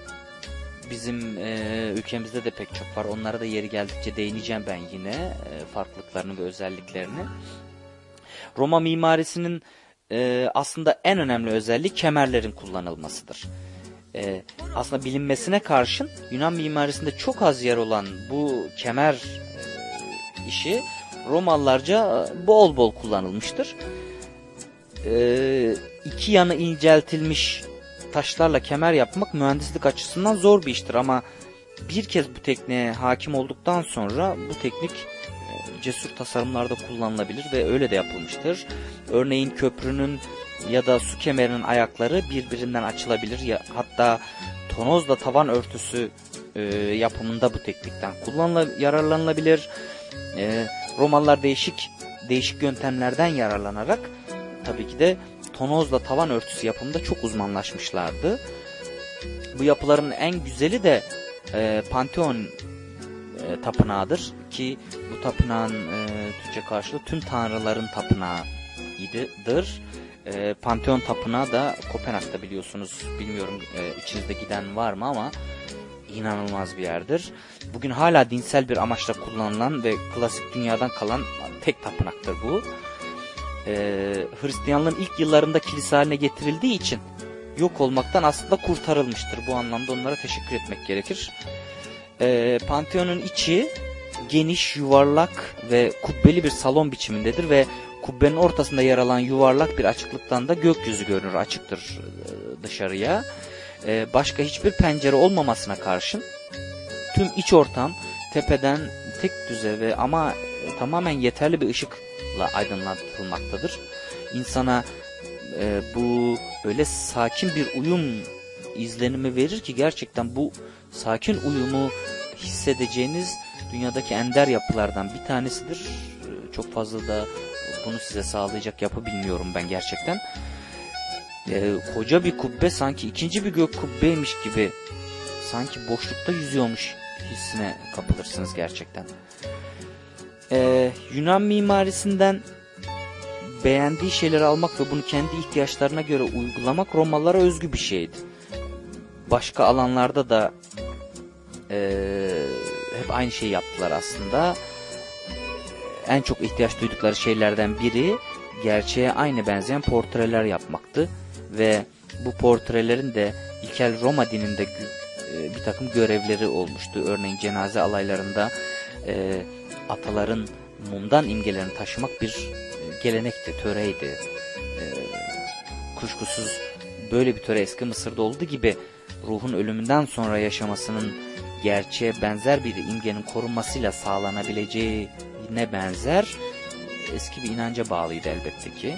bizim e, ülkemizde de pek çok var. Onlara da yeri geldikçe değineceğim ben yine e, farklılıklarını ve özelliklerini. Roma mimarisinin e, aslında en önemli özelliği kemerlerin kullanılmasıdır. Ee, aslında bilinmesine karşın Yunan mimarisinde çok az yer olan bu kemer e, işi Romalılarca bol bol kullanılmıştır. Ee, iki yanı inceltilmiş taşlarla kemer yapmak mühendislik açısından zor bir iştir ama bir kez bu tekniğe hakim olduktan sonra bu teknik e, cesur tasarımlarda kullanılabilir ve öyle de yapılmıştır. Örneğin köprünün ya da su kemerinin ayakları birbirinden açılabilir. Ya, hatta tonozla tavan örtüsü e, yapımında bu teknikten kullanıla, yararlanılabilir. E, Romalılar değişik değişik yöntemlerden yararlanarak tabii ki de tonozla tavan örtüsü yapımında çok uzmanlaşmışlardı. Bu yapıların en güzeli de e, Pantheon e, tapınağıdır ki bu tapınağın e, Türkçe karşılığı tüm tanrıların tapınağıdır. E, Pantheon tapınağı da Kopenhag'da biliyorsunuz. Bilmiyorum e, içinizde giden var mı ama inanılmaz bir yerdir. Bugün hala dinsel bir amaçla kullanılan ve klasik dünyadan kalan tek tapınaktır bu. E, Hristiyanlığın ilk yıllarında kilise haline getirildiği için yok olmaktan aslında kurtarılmıştır. Bu anlamda onlara teşekkür etmek gerekir. E, Pantheon'un içi geniş, yuvarlak ve kubbeli bir salon biçimindedir ve kubbenin ortasında yer alan yuvarlak bir açıklıktan da gökyüzü görünür, açıktır dışarıya. Ee, başka hiçbir pencere olmamasına karşın tüm iç ortam tepeden tek düze ve ama tamamen yeterli bir ışıkla aydınlatılmaktadır. İnsana e, bu öyle sakin bir uyum izlenimi verir ki gerçekten bu sakin uyumu hissedeceğiniz dünyadaki ender yapılardan bir tanesidir. Çok fazla da bunu size sağlayacak yapı bilmiyorum ben gerçekten. Ee, koca bir kubbe sanki ikinci bir gök kubbeymiş gibi, sanki boşlukta yüzüyormuş hissine kapılırsınız gerçekten. Ee, Yunan mimarisinden beğendiği şeyleri almak ve bunu kendi ihtiyaçlarına göre uygulamak Romalılara özgü bir şeydi. Başka alanlarda da e, hep aynı şeyi yaptılar aslında. En çok ihtiyaç duydukları şeylerden biri gerçeğe aynı benzeyen portreler yapmaktı. Ve bu portrelerin de ilkel Roma dininde bir takım görevleri olmuştu. Örneğin cenaze alaylarında e, ataların mumdan imgelerini taşımak bir gelenekti, töreydi. E, kuşkusuz böyle bir töre eski Mısır'da olduğu gibi ruhun ölümünden sonra yaşamasının gerçeğe benzer bir imgenin korunmasıyla sağlanabileceğine benzer eski bir inanca bağlıydı elbette ki.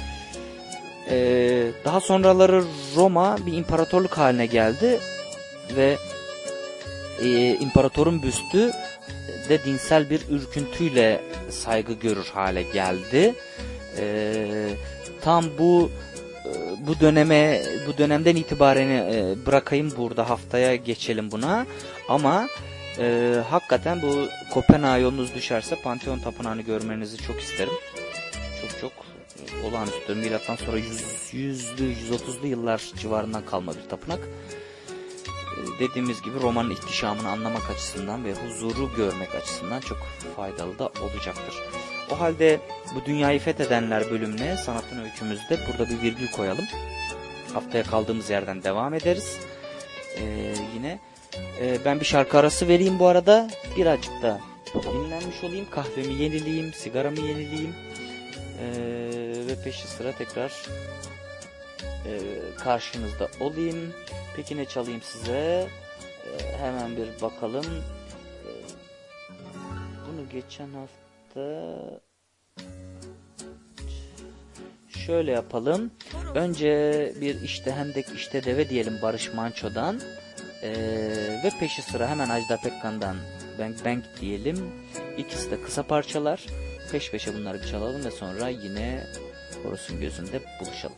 Ee, daha sonraları Roma bir imparatorluk haline geldi ve e, imparatorun büstü de dinsel bir ürküntüyle saygı görür hale geldi. Ee, tam bu bu döneme bu dönemden itibaren e, bırakayım burada, haftaya geçelim buna. Ama e, hakikaten bu Kopenhag yolunuz düşerse Pantheon tapınağını görmenizi çok isterim. Çok çok olağanüstü. Milattan sonra yüzlü yüz otuzlu yıllar civarından kalma bir tapınak. E, dediğimiz gibi romanın ihtişamını anlamak açısından ve huzuru görmek açısından çok faydalı da olacaktır. O halde bu dünyayı fethedenler bölümüne, sanatın öykümüzde burada bir virgül koyalım. Haftaya kaldığımız yerden devam ederiz. Ee, yine ee, ben bir şarkı arası vereyim bu arada. Birazcık da dinlenmiş olayım. Kahvemi yenileyim, sigaramı yenileyim. Ee, ve peşi sıra tekrar e, karşınızda olayım. Peki ne çalayım size? Ee, hemen bir bakalım. Ee, bunu geçen hafta şöyle yapalım. Önce bir işte hendek işte deve diyelim Barış Manço'dan. Ee, ve peşi sıra hemen Ajda Pekkan'dan Bang Bang diyelim. İkisi de kısa parçalar. Peş peşe bunları bir çalalım ve sonra yine Horus'un gözünde buluşalım.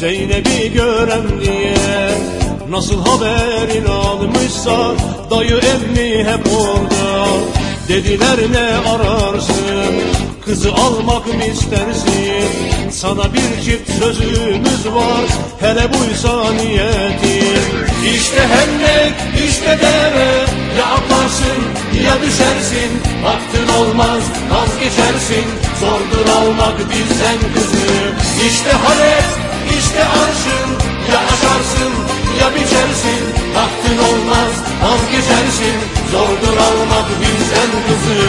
Zeynep'i görem diye. Nasıl haberin almışsa dayı emmi hep orada. Dediler ne ararsın, kızı almak mı istersin? Sana bir çift sözümüz var, hele buysa niyetin. İşte hendek, işte dere, ya atlarsın ya düşersin. Baktın olmaz, vazgeçersin, zordur almak bizden kızı. İşte Halep, işte arşın, ya aşarsın ya biçersin. Baktın olmaz, vazgeçersin, zordur almak bizden kızı.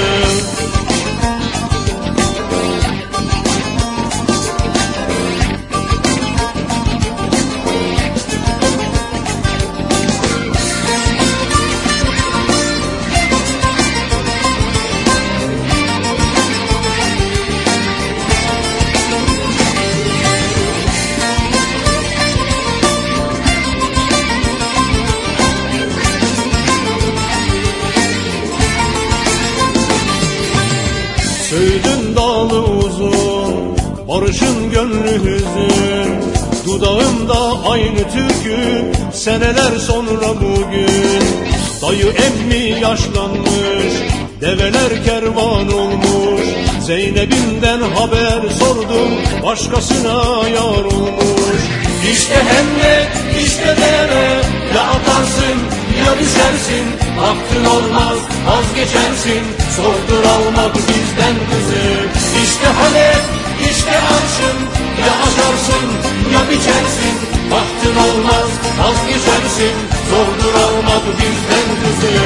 Söğüdün dalı uzun, barışın gönlü hüzün. Dudağımda aynı türkü, seneler sonra bugün. Dayı emmi yaşlanmış, develer kervan olmuş. Zeynep'inden haber sordum, başkasına yar olmuş. İşte hendek, işte dere, ya atarsın ya düşersin. Baktın olmaz, vazgeçersin, zordur almak bizden kızı. İşte Halep, işte arşın, ya aşarsın ya biçersin. Baktın olmaz, vazgeçersin, zordur almak bizden kızı.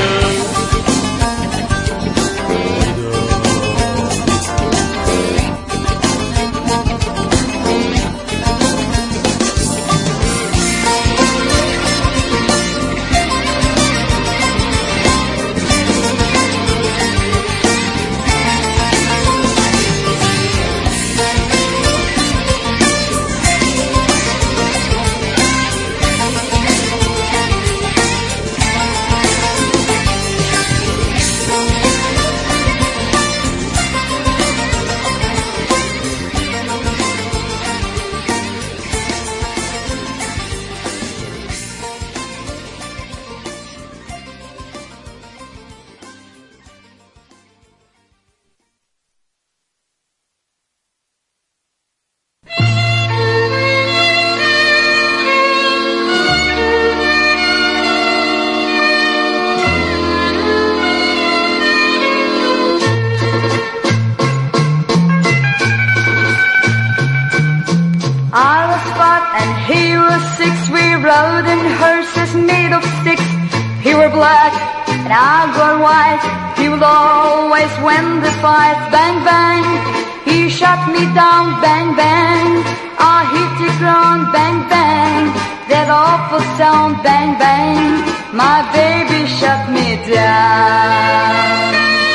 rode in hearses made of sticks. He were black and I were white. He would always win the fight. Bang, bang, he shot me down. Bang, bang, I hit the ground. Bang, bang, that awful sound. Bang, bang, my baby shut me down.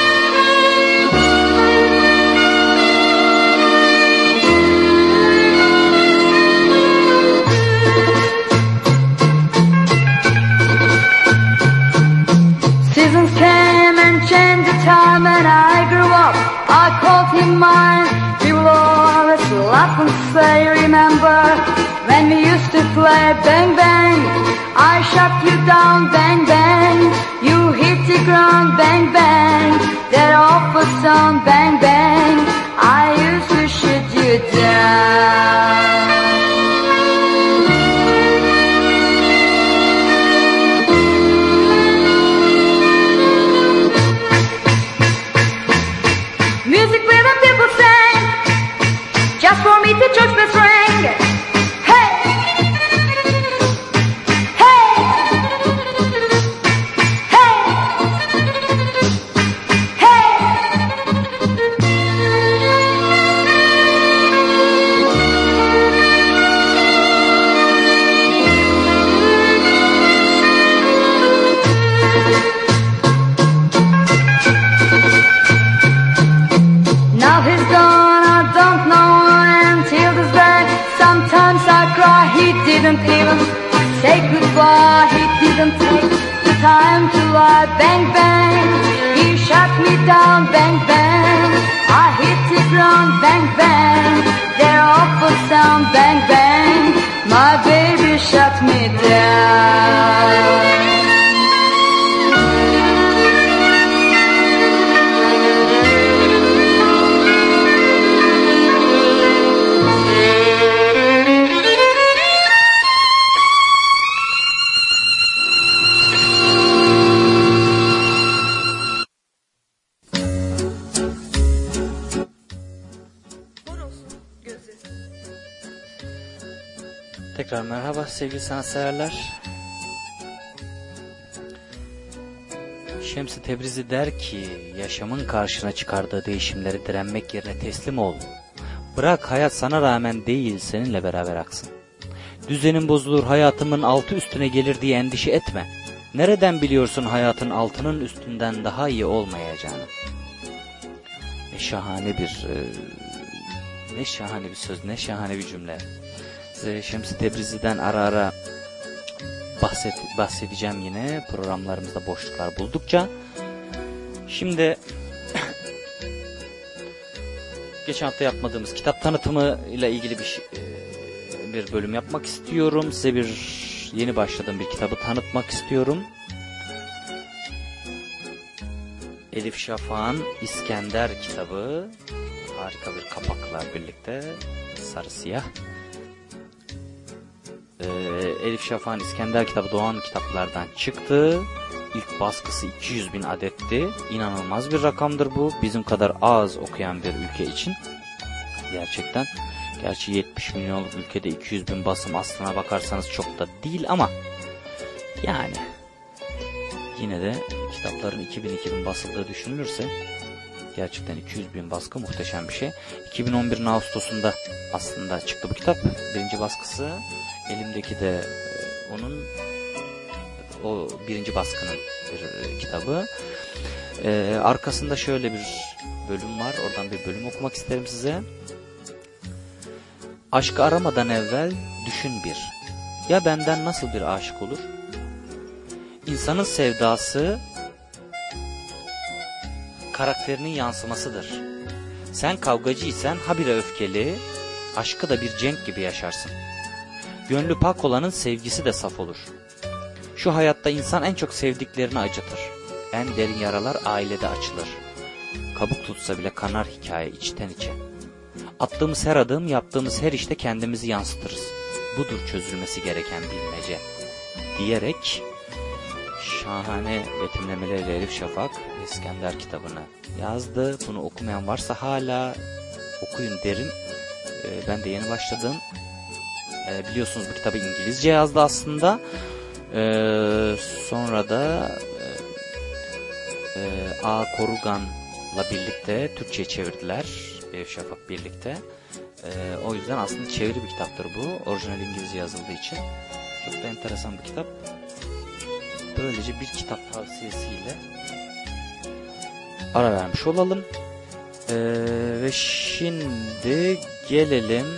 Seasons came and changed the time, and I grew up, I called him mine. We will always laugh and say, remember when we used to play. Bang, bang, I shot you down. Bang, bang, you hit the ground. Bang, bang, that awful sound. Bang, bang, I used to shoot you down. Music where the people sing, just for me to church bells ring. Hey, hey, hey, hey. Now he's gone, I don't know until this day. Sometimes I cry, he didn't even say goodbye. He didn't take the time to lie. Bang, bang, he shot me down. Bang, bang, I hit the ground. Bang, bang, their awful sound. Bang, bang, my baby shut me down. Tekrar merhaba sevgili sanatseverler. Şems-i Tebrizi der ki, yaşamın karşına çıkardığı değişimleri direnmek yerine teslim ol. Bırak hayat sana rağmen değil seninle beraber aksın. Düzenin bozulur, hayatımın altı üstüne gelir diye endişe etme. Nereden biliyorsun hayatın altının üstünden daha iyi olmayacağını? Ne şahane bir e, ne şahane bir söz, ne şahane bir cümle. Şems-i Tebrizi'den ara ara bahset, bahsedeceğim yine programlarımızda boşluklar buldukça. Şimdi geçen hafta yapmadığımız kitap tanıtımı ile ilgili bir bir bölüm yapmak istiyorum. Size bir yeni başladığım bir kitabı tanıtmak istiyorum. Elif Şafak'ın İskender kitabı. Harika bir kapakla birlikte, sarı siyah. Ee, Elif Şafak'ın İskender kitabı Doğan kitaplardan çıktı. İlk baskısı iki yüz bin adetti. İnanılmaz bir rakamdır bu. Bizim kadar az okuyan bir ülke için. Gerçekten. Gerçi yetmiş milyonluk ülkede iki yüz bin basım aslına bakarsanız çok da değil ama yani yine de kitapların iki bin iki bin basıldığı düşünülürse gerçekten iki yüz bin baskı muhteşem bir şey. iki bin on bir'in Ağustos'unda aslında çıktı bu kitap. Birinci baskısı. Elimdeki de onun o birinci baskının bir kitabı. Ee, arkasında şöyle bir bölüm var. Oradan bir bölüm okumak isterim size. Aşkı aramadan evvel düşün bir. Ya benden nasıl bir aşık olur? İnsanın sevdası karakterinin yansımasıdır. Sen kavgacıysan habire öfkeli, aşkı da bir cenk gibi yaşarsın. Gönlü pak olanın sevgisi de saf olur. Şu hayatta insan en çok sevdiklerini acıtır. En derin yaralar ailede açılır. Kabuk tutsa bile kanar hikaye içten içe. Attığımız her adım, yaptığımız her işte kendimizi yansıtırız. Budur çözülmesi gereken bilmece. Diyerek şahane betimlemeleriyle Elif Şafak İskender kitabını yazdı. Bunu okumayan varsa hala okuyun derim. Ee, ben de yeni başladım. Ee, biliyorsunuz bu kitabı İngilizce yazdı aslında. Ee, sonra da e, e, A. Korugan'la birlikte Türkçe'ye çevirdiler. Elif Şafak birlikte. Ee, o yüzden aslında çeviri bir kitaptır bu. Orijinal İngilizce yazıldığı için. Çok da enteresan bir kitap. Böylece bir kitap tavsiyesiyle ara vermiş olalım. Ee, ve şimdi gelelim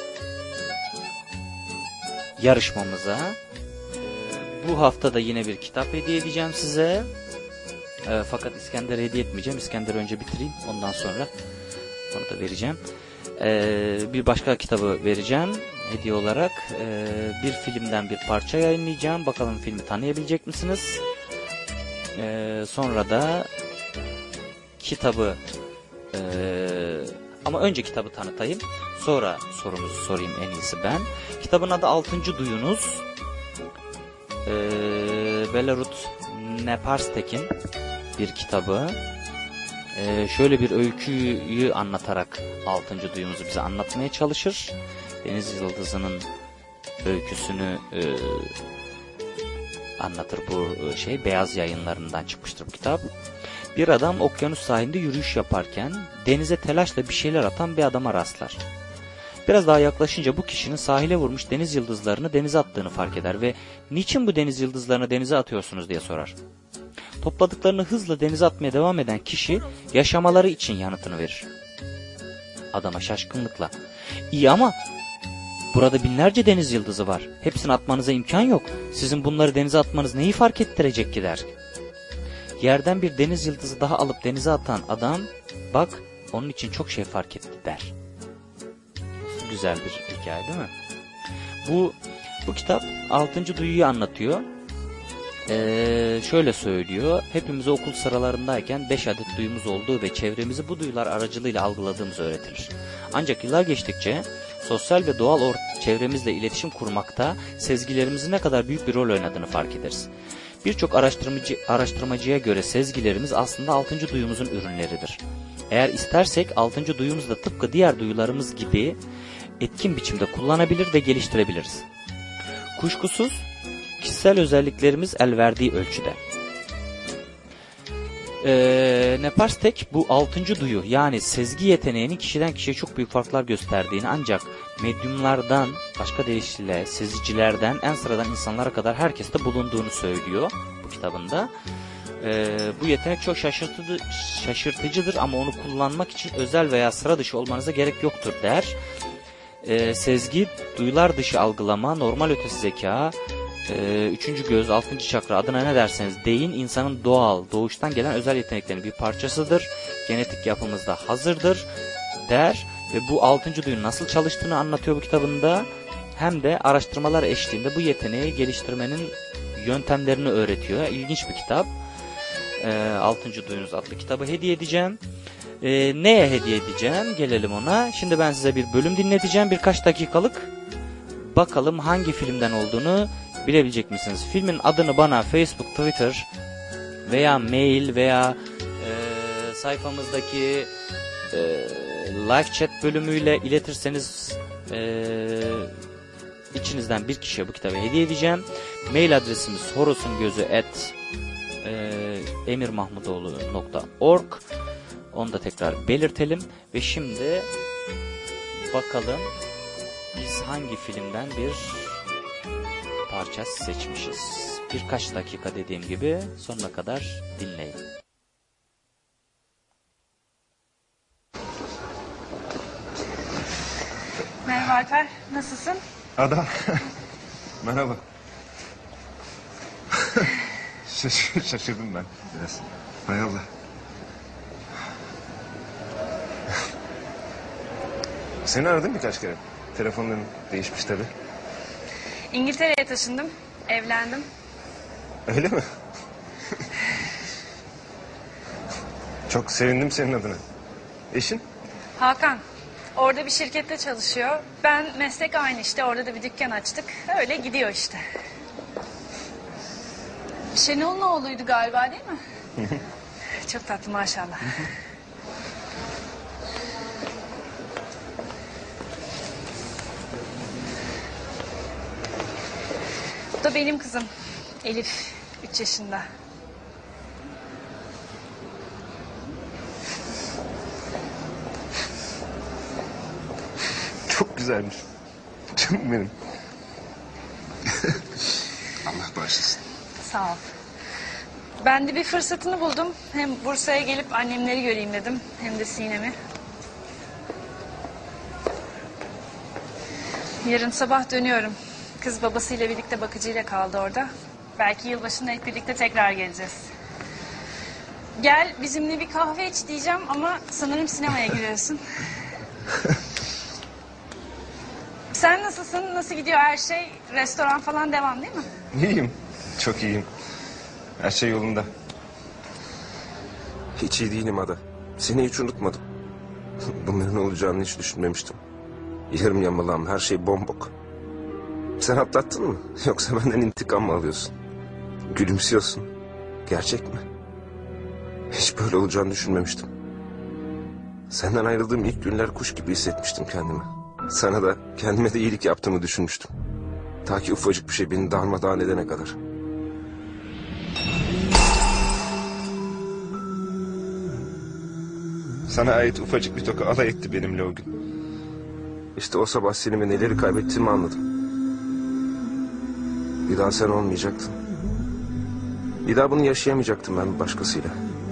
yarışmamıza. Ee, bu hafta da yine bir kitap hediye edeceğim size. Ee, fakat İskender'e hediye etmeyeceğim. İskender'i önce bitireyim. Ondan sonra onu da vereceğim. Ee, bir başka kitabı vereceğim hediye olarak. Ee, bir filmden bir parça yayınlayacağım. Bakalım filmi tanıyabilecek misiniz? Ee, sonra da kitabı e, ama önce kitabı tanıtayım. Sonra sorumuzu sorayım en iyisi ben. Kitabın adı Altıncı Duyunuz. Ee, Belarut Neparstek'in bir kitabı. Ee, şöyle bir öyküyü anlatarak Altıncı Duyumuzu bize anlatmaya çalışır. Deniz Yıldızı'nın öyküsünü e, anlatır bu şey. Beyaz Yayınlarından çıkmıştır bu kitap. Bir adam okyanus sahilinde yürüyüş yaparken denize telaşla bir şeyler atan bir adama rastlar. Biraz daha yaklaşınca bu kişinin sahile vurmuş deniz yıldızlarını denize attığını fark eder ve "Niçin bu deniz yıldızlarını denize atıyorsunuz?" diye sorar. Topladıklarını hızla denize atmaya devam eden kişi yaşamaları için yanıtını verir. Adama şaşkınlıkla "İyi ama burada binlerce deniz yıldızı var. Hepsini atmanıza imkan yok. Sizin bunları denize atmanız neyi fark ettirecek ki?" der. Yerden bir deniz yıldızı daha alıp denize atan adam "Bak, onun için çok şey fark etti." der. Güzel bir hikaye değil mi? Bu Bu kitap altıncı duyuyu anlatıyor. Ee, şöyle söylüyor. Hepimize okul sıralarındayken beş adet duyumuz olduğu ve çevremizi bu duyular aracılığıyla algıladığımız öğretilir. Ancak yıllar geçtikçe sosyal ve doğal or- çevremizle iletişim kurmakta sezgilerimizin ne kadar büyük bir rol oynadığını fark ederiz. Birçok araştırmacı, araştırmacıya göre sezgilerimiz aslında altıncı duyumuzun ürünleridir. Eğer istersek altıncı duyumuzu da tıpkı diğer duyularımız gibi etkin biçimde kullanabilir ve geliştirebiliriz. Kuşkusuz kişisel özelliklerimiz el verdiği ölçüde. Ee, Neparstek bu altıncı duyu yani sezgi yeteneğinin kişiden kişiye çok büyük farklar gösterdiğini ancak medyumlardan başka deyişle sezicilerden en sıradan insanlara kadar herkeste bulunduğunu söylüyor bu kitabında. Ee, bu yetenek çok şaşırtıcı, şaşırtıcıdır ama onu kullanmak için özel veya sıra dışı olmanıza gerek yoktur der. Ee, sezgi, duyular dışı algılama, normal ötesi zeka, e, üçüncü göz, altıncı çakra adına ne derseniz deyin insanın doğal, doğuştan gelen özel yeteneklerinin bir parçasıdır. Genetik yapımızda hazırdır der ve bu altıncı duyunun nasıl çalıştığını anlatıyor bu kitabında. Hem de araştırmalar eşliğinde bu yeteneği geliştirmenin yöntemlerini öğretiyor. İlginç bir kitap. E, altıncı duyunuz adlı kitabı hediye edeceğim. E, neye hediye edeceğim? Gelelim ona. Şimdi ben size bir bölüm dinleteceğim. Birkaç dakikalık. Bakalım hangi filmden olduğunu bilebilecek misiniz? Filmin adını bana Facebook, Twitter veya mail veya e, sayfamızdaki e, live chat bölümüyle iletirseniz e, içinizden bir kişiye bu kitabı hediye edeceğim. Mail adresimiz horosungözü at emirmahmudoğlu nokta org. Onu da tekrar belirtelim. Ve şimdi bakalım biz hangi filmden bir parça seçmişiz. Birkaç dakika dediğim gibi sonuna kadar dinleyin. Merhaba Alper, nasılsın? Ada, merhaba. Şaş şaşırdım ben biraz. Hay Allah. Seni aradım birkaç kere. Telefonların değişmiş tabii. İngiltere'ye taşındım, evlendim. Öyle mi? Çok sevindim senin adına. Eşin? Hakan, orada bir şirkette çalışıyor. Ben meslek aynı işte, orada da bir dükkan açtık. Öyle gidiyor işte. Şenol'un oğluydu galiba değil mi? Çok tatlı maşallah. Bu da benim kızım Elif, üç yaşında. Çok güzelmiş. Canım benim. Allah bağışlasın. Sağ ol. Ben de bir fırsatını buldum. Hem Bursa'ya gelip annemleri göreyim dedim. Hem de Sinem'i. Yarın sabah dönüyorum. Kız babasıyla birlikte bakıcıyla kaldı orada. Belki yılbaşında hep birlikte tekrar geleceğiz. Gel bizimle bir kahve iç diyeceğim ama sanırım sinemaya giriyorsun. Sen nasılsın? Nasıl gidiyor her şey? Restoran falan devam değil mi? İyiyim. Çok iyiyim. Her şey yolunda. Hiç iyi değilim Ada. Seni hiç unutmadım. Bunların olacağını hiç düşünmemiştim. Yarım yamalağım, her şey bombok. Sen atlattın mı? Yoksa benden intikam mı alıyorsun? Gülümsüyorsun. Gerçek mi? Hiç böyle olacağını düşünmemiştim. Senden ayrıldığım ilk günler kuş gibi hissetmiştim kendimi. Sana da kendime de iyilik yaptığımı düşünmüştüm. Ta ki ufacık bir şey beni darmadağın edene kadar. Sana ait ufacık bir toka alay etti benimle o gün. İşte o sabah seni ve neleri kaybettiğimi anladım. Bir daha sen olmayacaktın. Bir daha bunu yaşayamayacaktım ben başkasıyla.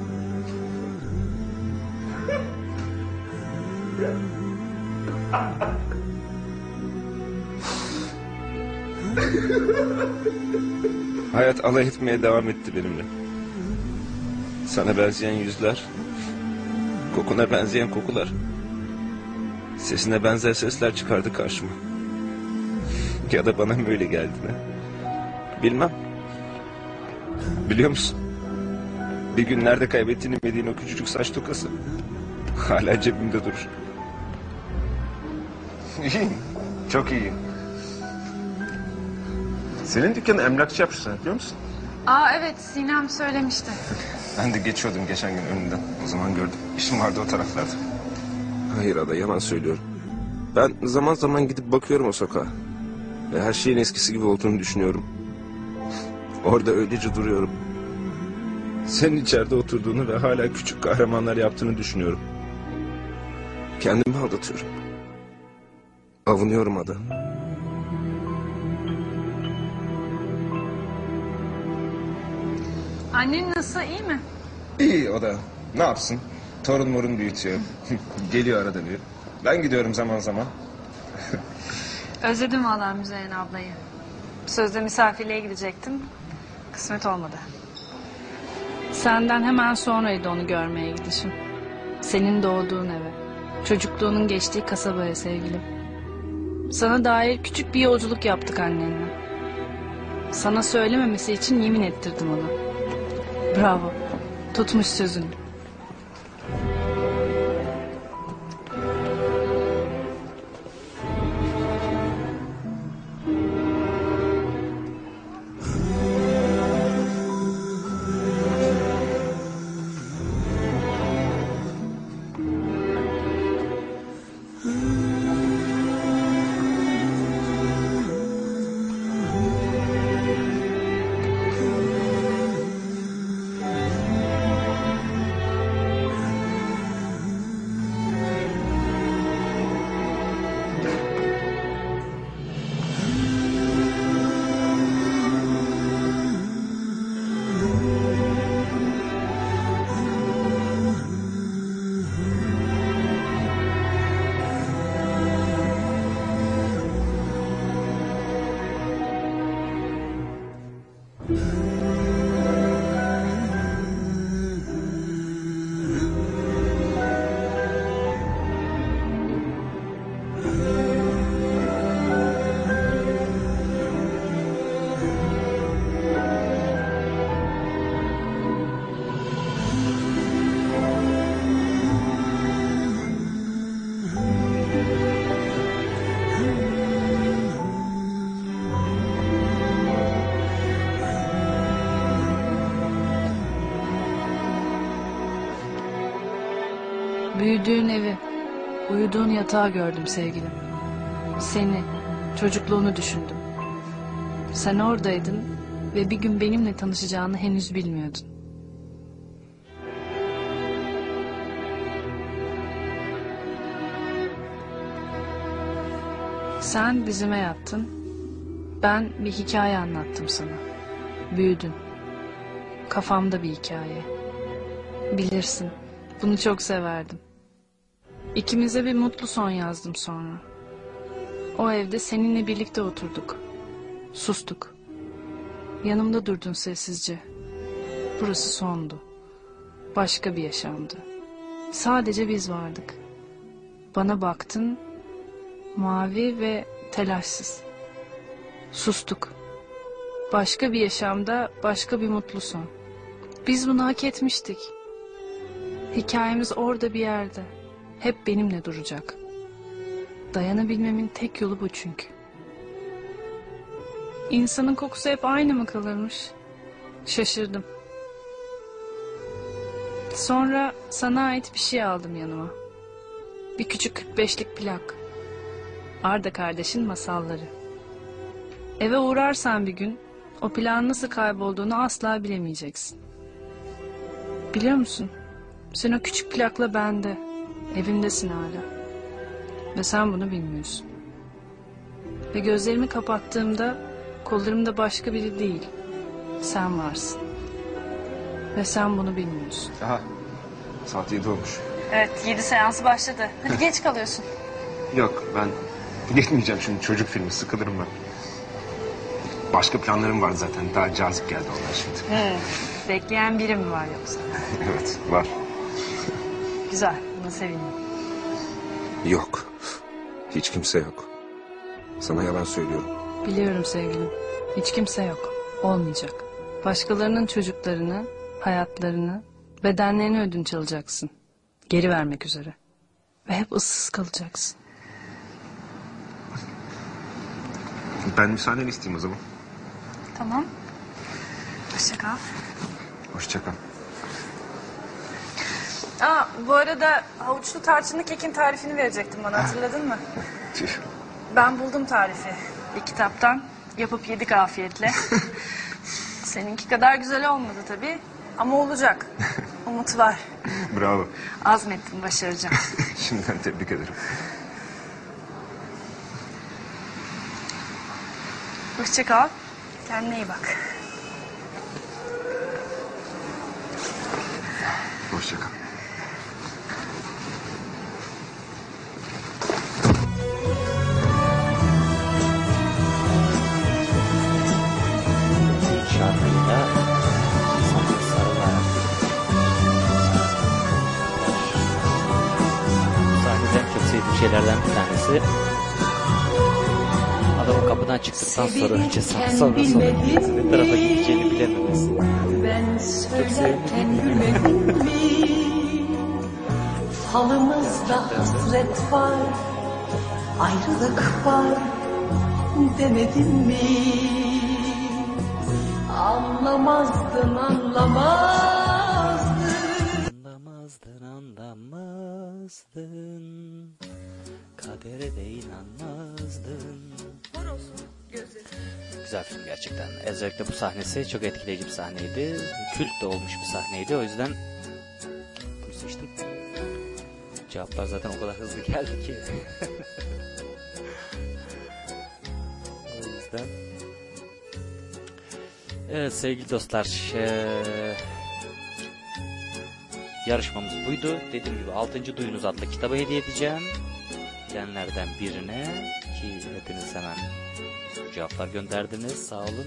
Hayat alay etmeye devam etti benimle. Sana benzeyen yüzler, kokuna benzeyen kokular, sesine benzer sesler çıkardı karşıma. Ya da bana mı öyle geldi ne? Bilmem. Biliyor musun? Bir gün nerede kaybettiğini bilmediğin o küçücük saç tokası hala cebimde durur. İyiyim. Çok iyiyim. Senin dükkanı emlakçı yapmışlar biliyor musun? Aa evet, Sinem söylemişti. Ben de geçiyordum geçen gün önünden. O zaman gördüm. İşim vardı o taraflarda. Hayır Ada, yalan söylüyorum. Ben zaman zaman gidip bakıyorum o sokağa. Ve her şeyin eskisi gibi olduğunu düşünüyorum. Orada öylece duruyorum. Senin içeride oturduğunu ve hala küçük kahramanlar yaptığını düşünüyorum. Kendimi aldatıyorum. Avunuyorum Ada. Annen nasıl, iyi mi? İyi o da. Ne yapsın? Torun morun büyütüyor. Geliyor arada bir. Ben gidiyorum zaman zaman. Özledim valla Müzeyyen ablayı. Sözde misafirliğe gidecektim. Kısmet olmadı. Senden hemen sonraydı onu görmeye gidişim. Senin doğduğun eve. Çocukluğunun geçtiği kasabaya sevgilim. Sana dair küçük bir yolculuk yaptık annenle. Sana söylememesi için yemin ettirdim ona. Bravo. Tutmuş sözünü. Büyüdüğün evi, uyuduğun yatağı gördüm sevgilim. Seni, çocukluğunu düşündüm. Sen oradaydın ve bir gün benimle tanışacağını henüz bilmiyordun. Sen dizime yattın, ben bir hikaye anlattım sana. Büyüdün. Kafamda bir hikaye. Bilirsin, bunu çok severdim. İkimize bir mutlu son yazdım sonra. O evde seninle birlikte oturduk. Sustuk. Yanımda durdun sessizce. Burası sondu. Başka bir yaşamdı. Sadece biz vardık. Bana baktın, mavi ve telaşsız. Sustuk. Başka bir yaşamda başka bir mutlu son. Biz bunu hak etmiştik. Hikayemiz orada bir yerde. Hep benimle duracak. Dayanabilmemin tek yolu bu çünkü. İnsanın kokusu hep aynı mı kalırmış? Şaşırdım. Sonra sana ait bir şey aldım yanıma. Bir küçük kırk beşlik plak. Arda kardeşin masalları. Eve uğrarsan bir gün o plağın nasıl kaybolduğunu asla bilemeyeceksin. Biliyor musun? Sen o küçük plakla bende. Evimdesin hala. Ve sen bunu bilmiyorsun. Ve gözlerimi kapattığımda kollarımda başka biri değil. Sen varsın. Ve sen bunu bilmiyorsun. Aha, saat yedi olmuş. Evet, yedi seansı başladı. Hadi geç kalıyorsun. Yok, ben gitmeyeceğim şimdi, çocuk filmi, sıkılırım ben. Başka planlarım var zaten, daha cazip geldi onlar şimdi. Hmm, bekleyen biri mi var yoksa? Evet, var. Güzel, buna sevindim. Yok, hiç kimse yok. Sana yalan söylüyorum. Biliyorum sevgilim. Hiç kimse yok. Olmayacak. Başkalarının çocuklarını, hayatlarını, bedenlerini ödünç alacaksın. Geri vermek üzere. Ve hep ıssız kalacaksın. Ben müsaadeni isteyeyim o zaman. Tamam. Hoşça kal. Hoşça kal. Aa, bu arada havuçlu tarçınlı kekin tarifini verecektim bana, hatırladın mı? Tüh. Ben buldum tarifi. Bir kitaptan. Yapıp yedik afiyetle. Seninki kadar güzel olmadı tabii. Ama olacak. Umut var. Bravo. Azmettim, başaracağım. Şimdiden tebrik ederim. Hoşça kal. Kendine iyi bak. Hoşça kal. Şarkıyla sanki sarılarak. Bu sahnede en çok sevdiğim şeylerden bir tanesi. Adamın kapıdan çıktıktan sonra önce sağ sonra sola ne tarafa gideceğini bilememesi. Çok sevdim. Falımızda hasret var, ayrılık var demedim mi? Anlamazdın, anlamazdın. Anlamazdın, anlamazdın. Kadere de inanmazdın. Güzel film gerçekten. Özellikle bu sahnesi çok etkileyici bir sahneydi. Kült de olmuş bir sahneydi. O yüzden bunu seçtim. Cevaplar zaten o kadar hızlı geldi ki. O yüzden. Evet sevgili dostlar. Ee, yarışmamız buydu. Dediğim gibi altıncı Duyunuz adlı kitabı hediye edeceğim. Bilenlerden birine ki hepiniz hemen cevaplar gönderdiniz. Sağ olun.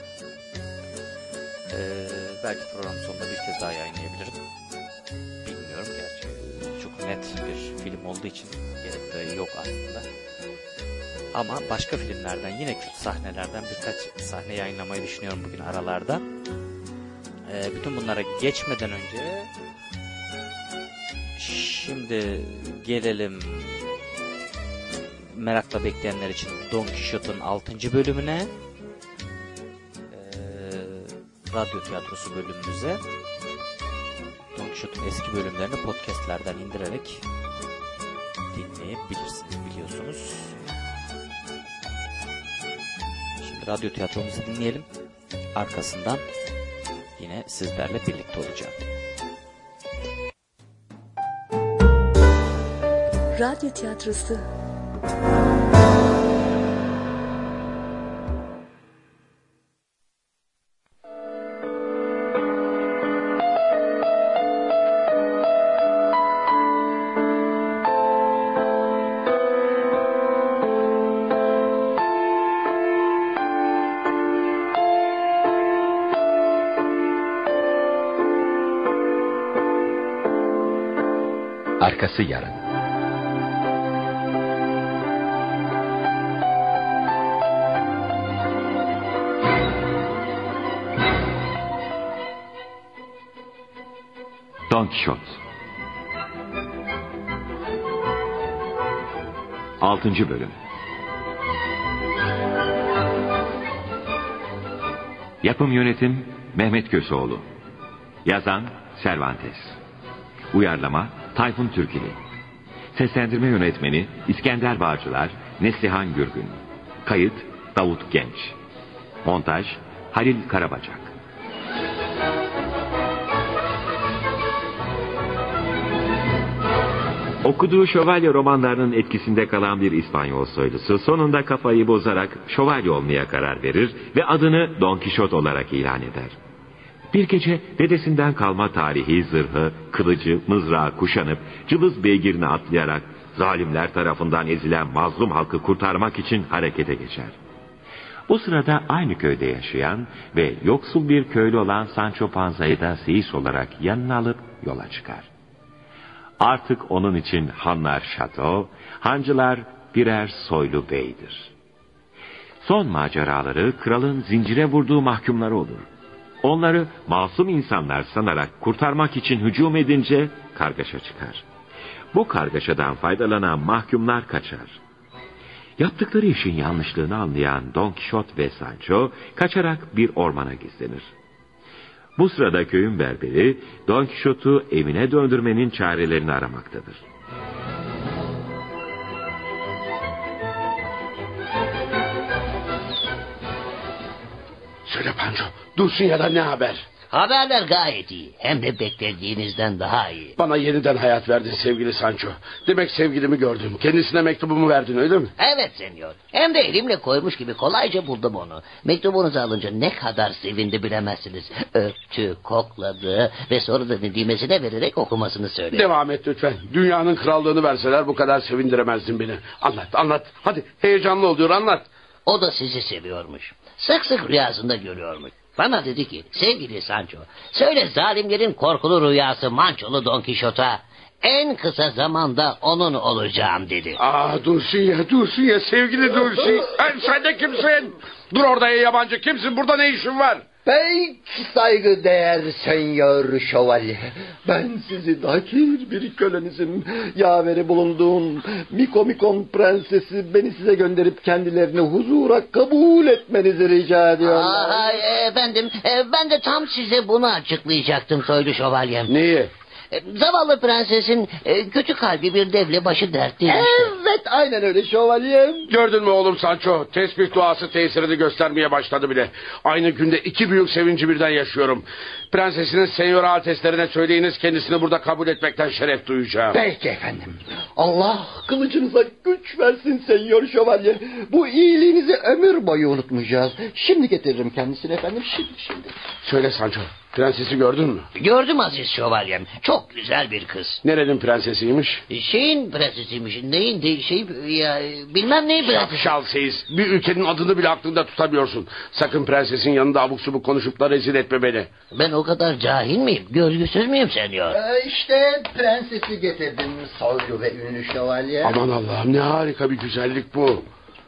Ee, belki program sonunda bir kez daha yayınlayabilirim. Bilmiyorum gerçi. Çok net bir film olduğu için gerek de yok aslında. Ama başka filmlerden yine kült sahnelerden birkaç sahne yayınlamayı düşünüyorum bugün aralarda. Ee, bütün bunlara geçmeden önce şimdi gelelim merakla bekleyenler için Don Quixote'un altıncı bölümüne, ee, radyo tiyatrosu bölümümüze. Don Quixote'un eski bölümlerini podcastlerden indirerek dinleyebilirsiniz biliyorsunuz. Şimdi radyo tiyatromuzu dinleyelim. Arkasından yine sizlerle birlikte olacağım. Radyo tiyatrosu. Arkası yarın. Don Quixote altıncı bölüm. Yapım yönetim Mehmet Köseoğlu. Yazan Cervantes. Uyarlama Tayfun Türkili. Seslendirme yönetmeni İskender Bağcılar, Neslihan Gürgün. Kayıt Davut Genç. Montaj Halil Karabacak. Okuduğu şövalye romanlarının etkisinde kalan bir İspanyol soylusu sonunda kafayı bozarak şövalye olmaya karar verir ve adını Don Quixote olarak ilan eder. Bir gece dedesinden kalma tarihi zırhı, kılıcı, mızrağı kuşanıp cılız beygirini atlayarak zalimler tarafından ezilen mazlum halkı kurtarmak için harekete geçer. Bu sırada aynı köyde yaşayan ve yoksul bir köylü olan Sancho Panza'yı da seyis olarak yanına alıp yola çıkar. Artık onun için hanlar şato, hancılar birer soylu beydir. Son maceraları kralın zincire vurduğu mahkumları olur. Onları masum insanlar sanarak kurtarmak için hücum edince kargaşa çıkar. Bu kargaşadan faydalanan mahkumlar kaçar. Yaptıkları işin yanlışlığını anlayan Don Kişot ve Sancho kaçarak bir ormana gizlenir. Bu sırada köyün berberi Don Kişot'u evine döndürmenin çarelerini aramaktadır. Söyle Pancho, Dulcinea'dan ne haber? Haberler gayet iyi. Hem de beklediğinizden daha iyi. Bana yeniden hayat verdin sevgili Sancho. Demek sevgilimi gördüm. Kendisine mektubumu verdin öyle mi? Evet senyor. Hem de elimle koymuş gibi kolayca buldum onu. Mektubunuzu alınca ne kadar sevindi bilemezsiniz. Öptü, kokladı ve sonra da nedimesine vererek okumasını söyledi. Devam et lütfen. Dünyanın krallığını verseler bu kadar sevindiremezdin beni. Anlat, anlat. Hadi heyecanlı ol diyor, anlat. O da sizi seviyormuş. Sık sık rüyasında görüyormuş. Bana dedi ki, sevgili Sancho, söyle zalimlerin korkulu rüyası Mançolu Don Kişot'a en kısa zamanda onun olacağım dedi. Aa Dulcinea, Dulcinea, sevgili Dulcinea. Sen de kimsin? Dur orada ya yabancı, kimsin? Burada ne işin var? Pek saygıdeğer senyor şövalye. Ben sizin hakir bir kölenizim. Yaveri bulunduğum Mikomikon prensesi beni size gönderip kendilerini huzura kabul etmenizi rica ediyorum. Aa, efendim, ben de tam size bunu açıklayacaktım soylu şövalyem. Neyi? Zavallı prensesin kötü kalbi bir devle başı dertli işte. Evet, aynen öyle şövalyem. Gördün mü oğlum Sancho? Tesbih duası tesirini göstermeye başladı bile. Aynı günde iki büyük sevinci birden yaşıyorum. Prensesinin senyor alteslerine söyleyiniz, kendisini burada kabul etmekten şeref duyacağım. Peki efendim. Allah kılıcınıza güç versin senyor şövalye. Bu iyiliğinizi ömür boyu unutmayacağız. Şimdi getiririm kendisini efendim, şimdi şimdi. Söyle Sancho, prensesi gördün mü? Gördüm aziz şövalyem. Çok güzel bir kız. Nerenin prensesiymiş? Şeyin prensesiymiş. Neyin de şey ya bilmem neyin prensesi. Şapşal Seyis. Bir ülkenin adını bile aklında tutamıyorsun. Sakın prensesin yanında abuk subuk konuşup da rezil etme beni. Ben o kadar cahil miyim? Görgüsüz müyüm senyor? Ee, işte prensesi getirdim soylu ve ünlü şövalye. Aman Allah'ım, ne harika bir güzellik bu.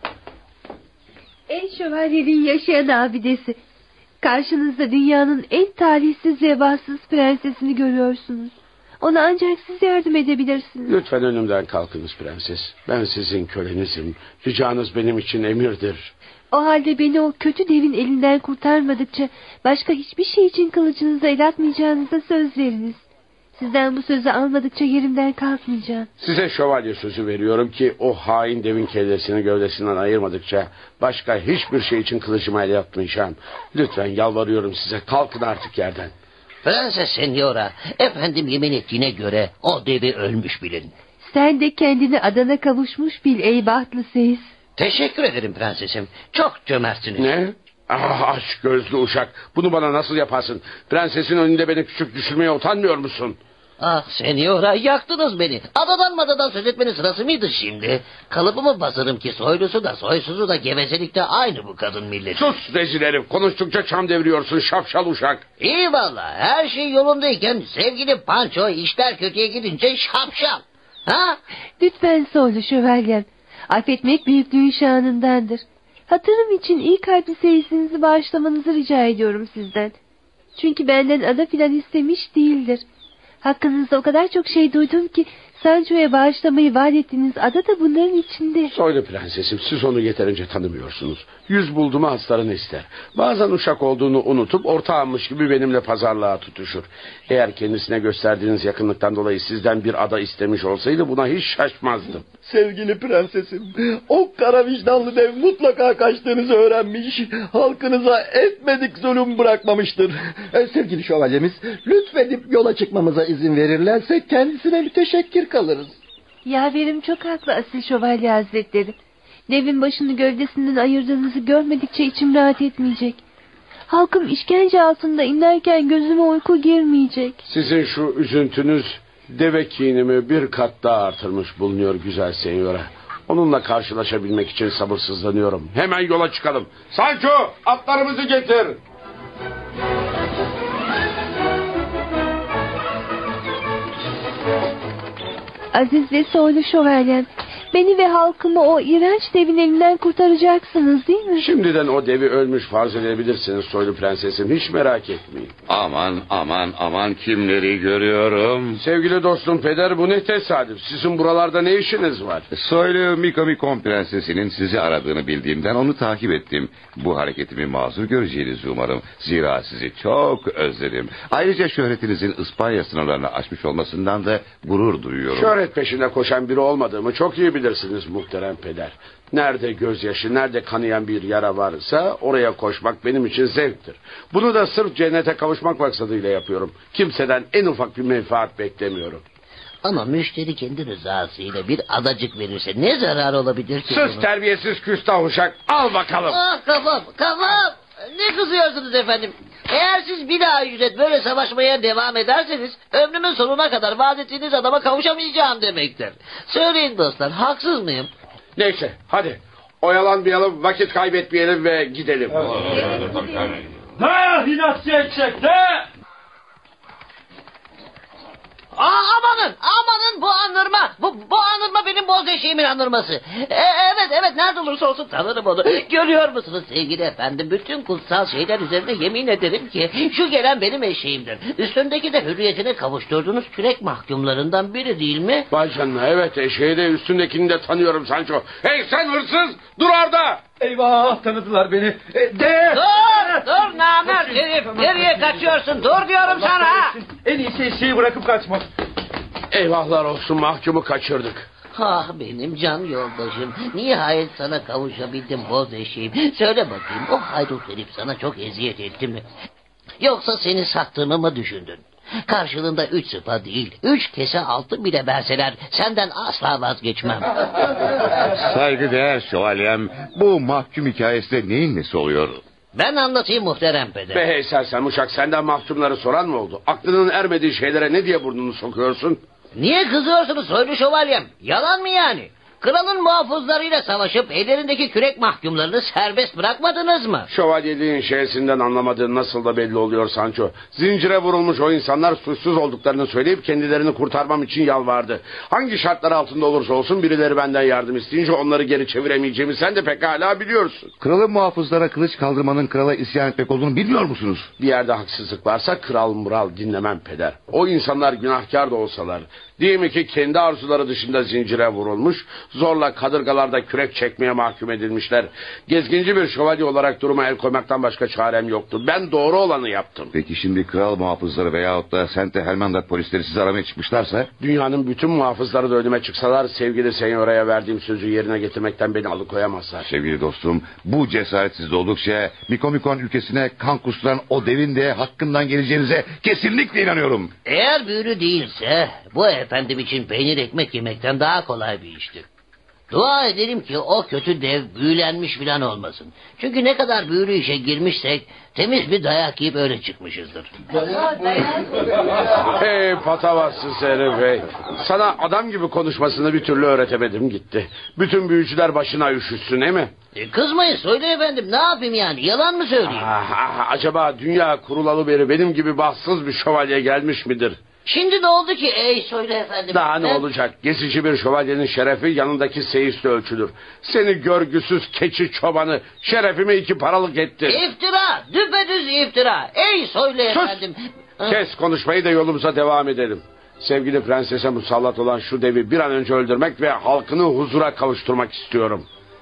En şövalyenin yaşayan abidesi. Karşınızda dünyanın en talihsiz ve bahtsız prensesini görüyorsunuz. Ona ancak siz yardım edebilirsiniz. Lütfen önümden kalkınız prenses. Ben sizin kölenizim. Ricanız benim için emirdir. O halde beni o kötü devin elinden kurtarmadıkça başka hiçbir şey için kılıcınıza el atmayacağınıza söz veriniz. Sizden bu sözü almadıkça yerimden kalkmayacağım. Size şövalye sözü veriyorum ki o hain devin kellesini gövdesinden ayırmadıkça başka hiçbir şey için kılıcıma el atmayacağım. Lütfen yalvarıyorum size, kalkın artık yerden. Prenses Senyora, efendim yemin ettiğine göre o devi ölmüş bilin. Sen de kendini adana kavuşmuş bil ey bahtlı Seyis. Teşekkür ederim prensesim. Çok cömertsiniz. Ne? Ah aşk gözlü uşak. Bunu bana nasıl yaparsın? Prensesin önünde beni küçük düşürmeye utanmıyor musun? Ah senyora, yaktınız beni. Adadan madadan söz etmenin sırası mıydı şimdi? Kalıbımı basarım ki soylusu da soysuzu da gevezelikte aynı bu kadın milleti. Sus rezil herif. Konuştukça çam deviriyorsun şapşal uşak. İyi valla, her şey yolundayken sevgili Pancho işler kötüye gidince şapşal. Ha? Lütfen soylu şövalyem. Affetmek büyüklüğün şanındandır. Hatırım için iyi kalpli seyisinizi bağışlamanızı rica ediyorum sizden. Çünkü benden ada filan istemiş değildir. Hakkınızda o kadar çok şey duydum ki Sancho'ya bağışlamayı vaat ettiğiniz ada da bunların içinde. Soylu prensesim, siz onu yeterince tanımıyorsunuz. Yüz buldu mu haslarını ister. Bazen uşak olduğunu unutup ortağımmış gibi benimle pazarlığa tutuşur. Eğer kendisine gösterdiğiniz yakınlıktan dolayı sizden bir ada istemiş olsaydı buna hiç şaşmazdım. Sevgili prensesim, o kara vicdanlı dev mutlaka kaçtığınızı öğrenmiş. Halkınıza etmedik zulüm bırakmamıştır. Ee, sevgili şövalyemiz, lütfedip yola çıkmamıza izin verirlerse kendisine müteşekkir kalırız. Yaverim çok haklı asil şövalye hazretleri. Devin başını gövdesinden ayırdığınızı görmedikçe içim rahat etmeyecek. Halkım işkence altında inlerken gözüme uyku girmeyecek. Sizin şu üzüntünüz deve kinimi bir kat daha artırmış bulunuyor güzel senyora. Onunla karşılaşabilmek için sabırsızlanıyorum. Hemen yola çıkalım. Sancho, atlarımızı getir. Aziz ve soylu şövalyem, Beni ve halkımı o iğrenç devin elinden kurtaracaksınız değil mi? Şimdiden o devi ölmüş farz edebilirsiniz soylu prensesim. Hiç merak etmeyin. Aman aman aman kimleri görüyorum. Sevgili dostum peder, bu ne tesadüf. Sizin buralarda ne işiniz var? Soylu Mikomikon prensesinin sizi aradığını bildiğimden onu takip ettim. Bu hareketimi mazur göreceğinizi umarım. Zira sizi çok özledim. Ayrıca şöhretinizin İspanya sınırlarını aşmış olmasından da gurur duyuyorum. Şöhret peşinde koşan biri olmadığımı çok iyi bilirsiniz muhterem peder. Nerede gözyaşı, nerede kanayan bir yara varsa oraya koşmak benim için zevktir. Bunu da sırf cennete kavuşmak maksadıyla yapıyorum. Kimseden en ufak bir menfaat beklemiyorum. Ama müşteri kendi rızasıyla bir adacık verirse ne zarar olabilir ki? Sus terbiyesiz küstah uşak, al bakalım. Ah kafam, kafam. Ne kızıyorsunuz efendim? Eğer siz bir daha ücret böyle savaşmaya devam ederseniz ömrümün sonuna kadar vaat ettiğiniz adama kavuşamayacağım demektir. Söyleyin dostlar, haksız mıyım? Neyse hadi oyalanmayalım, vakit kaybetmeyelim ve gidelim. Ha, inatçı eşek de! Aa, amanın amanın bu anırma bu, bu anırma benim boz eşeğimin anırması. E, evet evet nerede olursa olsun tanırım onu. Görüyor musunuz sevgili efendim, bütün kutsal şeyler üzerine yemin ederim ki şu gelen benim eşeğimdir. Üstündeki de hürriyetine kavuşturduğunuz kürek mahkumlarından biri değil mi? Vay canına, evet, eşeği de üstündekini de tanıyorum Sancho. Hey sen hırsız, dur orada. Eyvah, tanıdılar beni. E, de! Dur dur namert herif, nereye kaçıyorsun, dur diyorum sana. En iyisi eşeği bırakıp kaçmak. Eyvahlar olsun, mahkumu kaçırdık. Ah benim can yoldaşım, nihayet sana kavuşabildim boz eşeğim. Söyle bakayım, o haydut herif sana çok eziyet etti mi? Yoksa seni sattığımı mı düşündün? Karşılığında üç sıpa değil, üç kese altın bile verseler senden asla vazgeçmem. Saygıdeğer şövalyem, bu mahkum hikayesinde neyin nesi oluyor? Ben anlatayım muhterem peder. Be hey sersem uşak, senden mahkumları soran mı oldu? Aklının ermediği şeylere ne diye burnunu sokuyorsun? Niye kızıyorsunuz soylu şövalyem? Yalan mı yani? Kralın muhafızlarıyla savaşıp ellerindeki kürek mahkumlarını serbest bırakmadınız mı? Şövalyeliğin şeysinden anlamadığın nasıl da belli oluyor Sancho. Zincire vurulmuş o insanlar suçsuz olduklarını söyleyip kendilerini kurtarmam için yalvardı. Hangi şartlar altında olursa olsun birileri benden yardım isteyince onları geri çeviremeyeceğimi sen de pekala biliyorsun. Kralın muhafızlara kılıç kaldırmanın krala isyan etmek olduğunu bilmiyor musunuz? Bir yerde haksızlık varsa kral mural dinlemem peder. O insanlar günahkar da olsalar, diyelim ki kendi arzuları dışında zincire vurulmuş, zorla kadırgalarda kürek çekmeye mahkum edilmişler. Gezginci bir şövalye olarak duruma el koymaktan başka çarem yoktu. Ben doğru olanı yaptım. Peki şimdi kral muhafızları veyahut da Sente Helmandar polisleri sizi aramaya çıkmışlarsa? Dünyanın bütün muhafızları da önüme çıksalar sevgili senyoraya verdiğim sözü yerine getirmekten beni alıkoyamazlar. Sevgili dostum, bu cesaretsiz oldukça Mikomikon ülkesine kan kusturan o devin de hakkından geleceğinize kesinlikle inanıyorum. Eğer büyülü değilse bu efendim için peynir ekmek yemekten daha kolay bir iştir. Dua edelim ki o kötü dev büyülenmiş filan olmasın. Çünkü ne kadar büyülü işe girmişsek temiz bir dayak yiyip öyle çıkmışızdır. Hey patavatsız herif hey. Sana adam gibi konuşmasını bir türlü öğretemedim gitti. Bütün büyücüler başına üşüşsün değil mi? E kızmayın söyle efendim, ne yapayım yani, yalan mı söyleyeyim? Ah, ah, acaba dünya kurulalı beri benim gibi bahtsız bir şövalye gelmiş midir? Şimdi ne oldu ki ey söyle efendim? Daha ne olacak? Gezici bir şövalyenin şerefi yanındaki seyisle ölçülür. Seni görgüsüz keçi çobanı şerefimi iki paralık etti. İftira, düpedüz iftira. Ey söyle Sus! efendim. Kes konuşmayı da yolumuza devam edelim. Sevgili prensese musallat olan şu devi bir an önce öldürmek ve halkını huzura kavuşturmak istiyorum.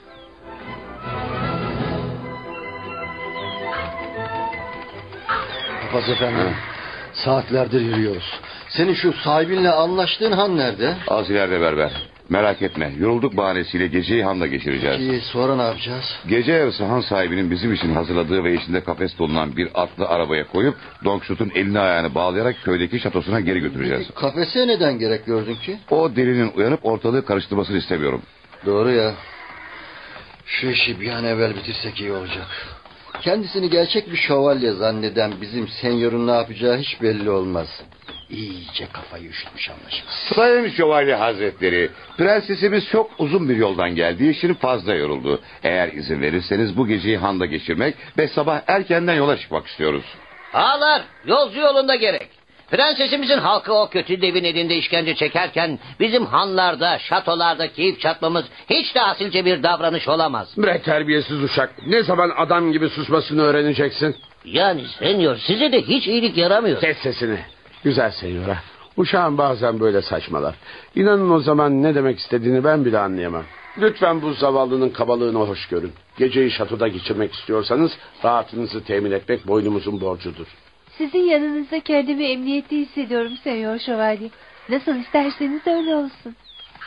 Papaz efendi, saatlerdir yürüyoruz. Senin şu sahibinle anlaştığın han nerede? Az ileride berber. Merak etme, yorulduk bahanesiyle geceyi hanla geçireceğiz. İyi, sonra ne yapacağız? Gece yarısı han sahibinin bizim için hazırladığı ve içinde kafes bulunan bir atlı arabaya koyup Don Quixote'un elini ayağını bağlayarak köydeki şatosuna geri götüreceğiz. Kafese neden gerek gördün ki? O delinin uyanıp ortalığı karıştırmasını istemiyorum. Doğru ya. Şu işi bir an evvel bitirsek iyi olacak. Kendisini gerçek bir şövalye zanneden bizim senyorun ne yapacağı hiç belli olmaz. İyice kafayı üşütmüş anlaşılan. Sayın Şövalye Hazretleri, prensesimiz çok uzun bir yoldan geldiği için fazla yoruldu. Eğer izin verirseniz bu geceyi handa geçirmek ve sabah erkenden yola çıkmak istiyoruz. Ağalar, yolcu yolunda gerek. Prensesimizin halkı o kötü devin elinde işkence çekerken bizim hanlarda, şatolarda keyif çatmamız hiç de asilce bir davranış olamaz. Bre terbiyesiz uşak. Ne zaman adam gibi susmasını öğreneceksin? Yani senyor, size de hiç iyilik yaramıyor. Kes sesini. Güzel senyora. Uşağın bazen böyle saçmalar. İnanın o zaman ne demek istediğini ben bile anlayamam. Lütfen bu zavallının kabalığını hoş görün. Geceyi şatoda geçirmek istiyorsanız rahatınızı temin etmek boynumuzun borcudur. Sizin yanınızda kendimi emniyette hissediyorum Senyor Şövalye. Nasıl isterseniz öyle olsun.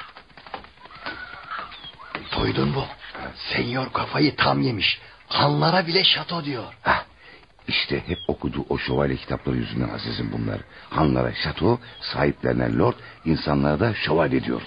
Duydun mu? Senyor kafayı tam yemiş. Hanlara bile şato diyor. Hah, işte hep okuduğu o şövalye kitapları yüzünden azizim bunlar. Hanlara şato, sahiplenen lord, insanlara da şövalye diyor.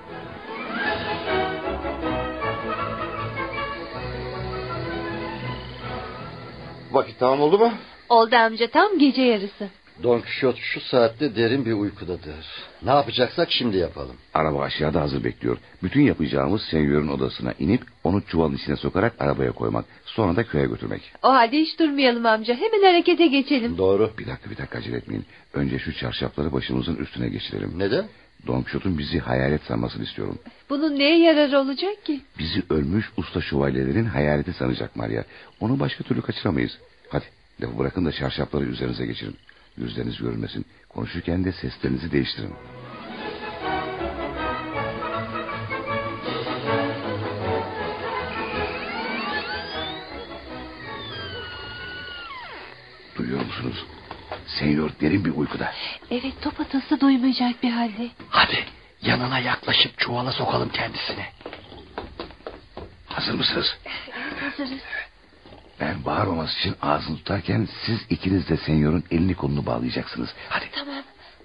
Vakit tamam oldu mu? Oldu amca, tam gece yarısı. Don Quixote şu saatte derin bir uykudadır. Ne yapacaksak şimdi yapalım. Araba aşağıda hazır bekliyor. Bütün yapacağımız senyorun odasına inip onu çuvalın içine sokarak arabaya koymak. Sonra da köye götürmek. O halde hiç durmayalım amca. Hemen harekete geçelim. Doğru. Bir dakika bir dakika acele etmeyin. Önce şu çarşafları başımızın üstüne geçirelim. Neden? Don Quixote'un bizi hayalet sanmasını istiyorum. Bunun neye yararı olacak ki? Bizi ölmüş usta şövalyelerin hayaleti sanacak Maria. Onu başka türlü kaçıramayız. Hadi lafı bırakın da çarşafları üzerinize geçirin. Yüzleriniz görünmesin. Konuşurken de seslerinizi değiştirin. Duyuyor musunuz? Senyor derin bir uykuda. Evet, top atılsa duymayacak bir halde. Hadi yanına yaklaşıp çuvala sokalım kendisini. Hazır mısınız? Evet, hazırız. Ben bağırmaması için ağzını tutarken siz ikiniz de senyorun elini kolunu bağlayacaksınız. Hadi. Tamam.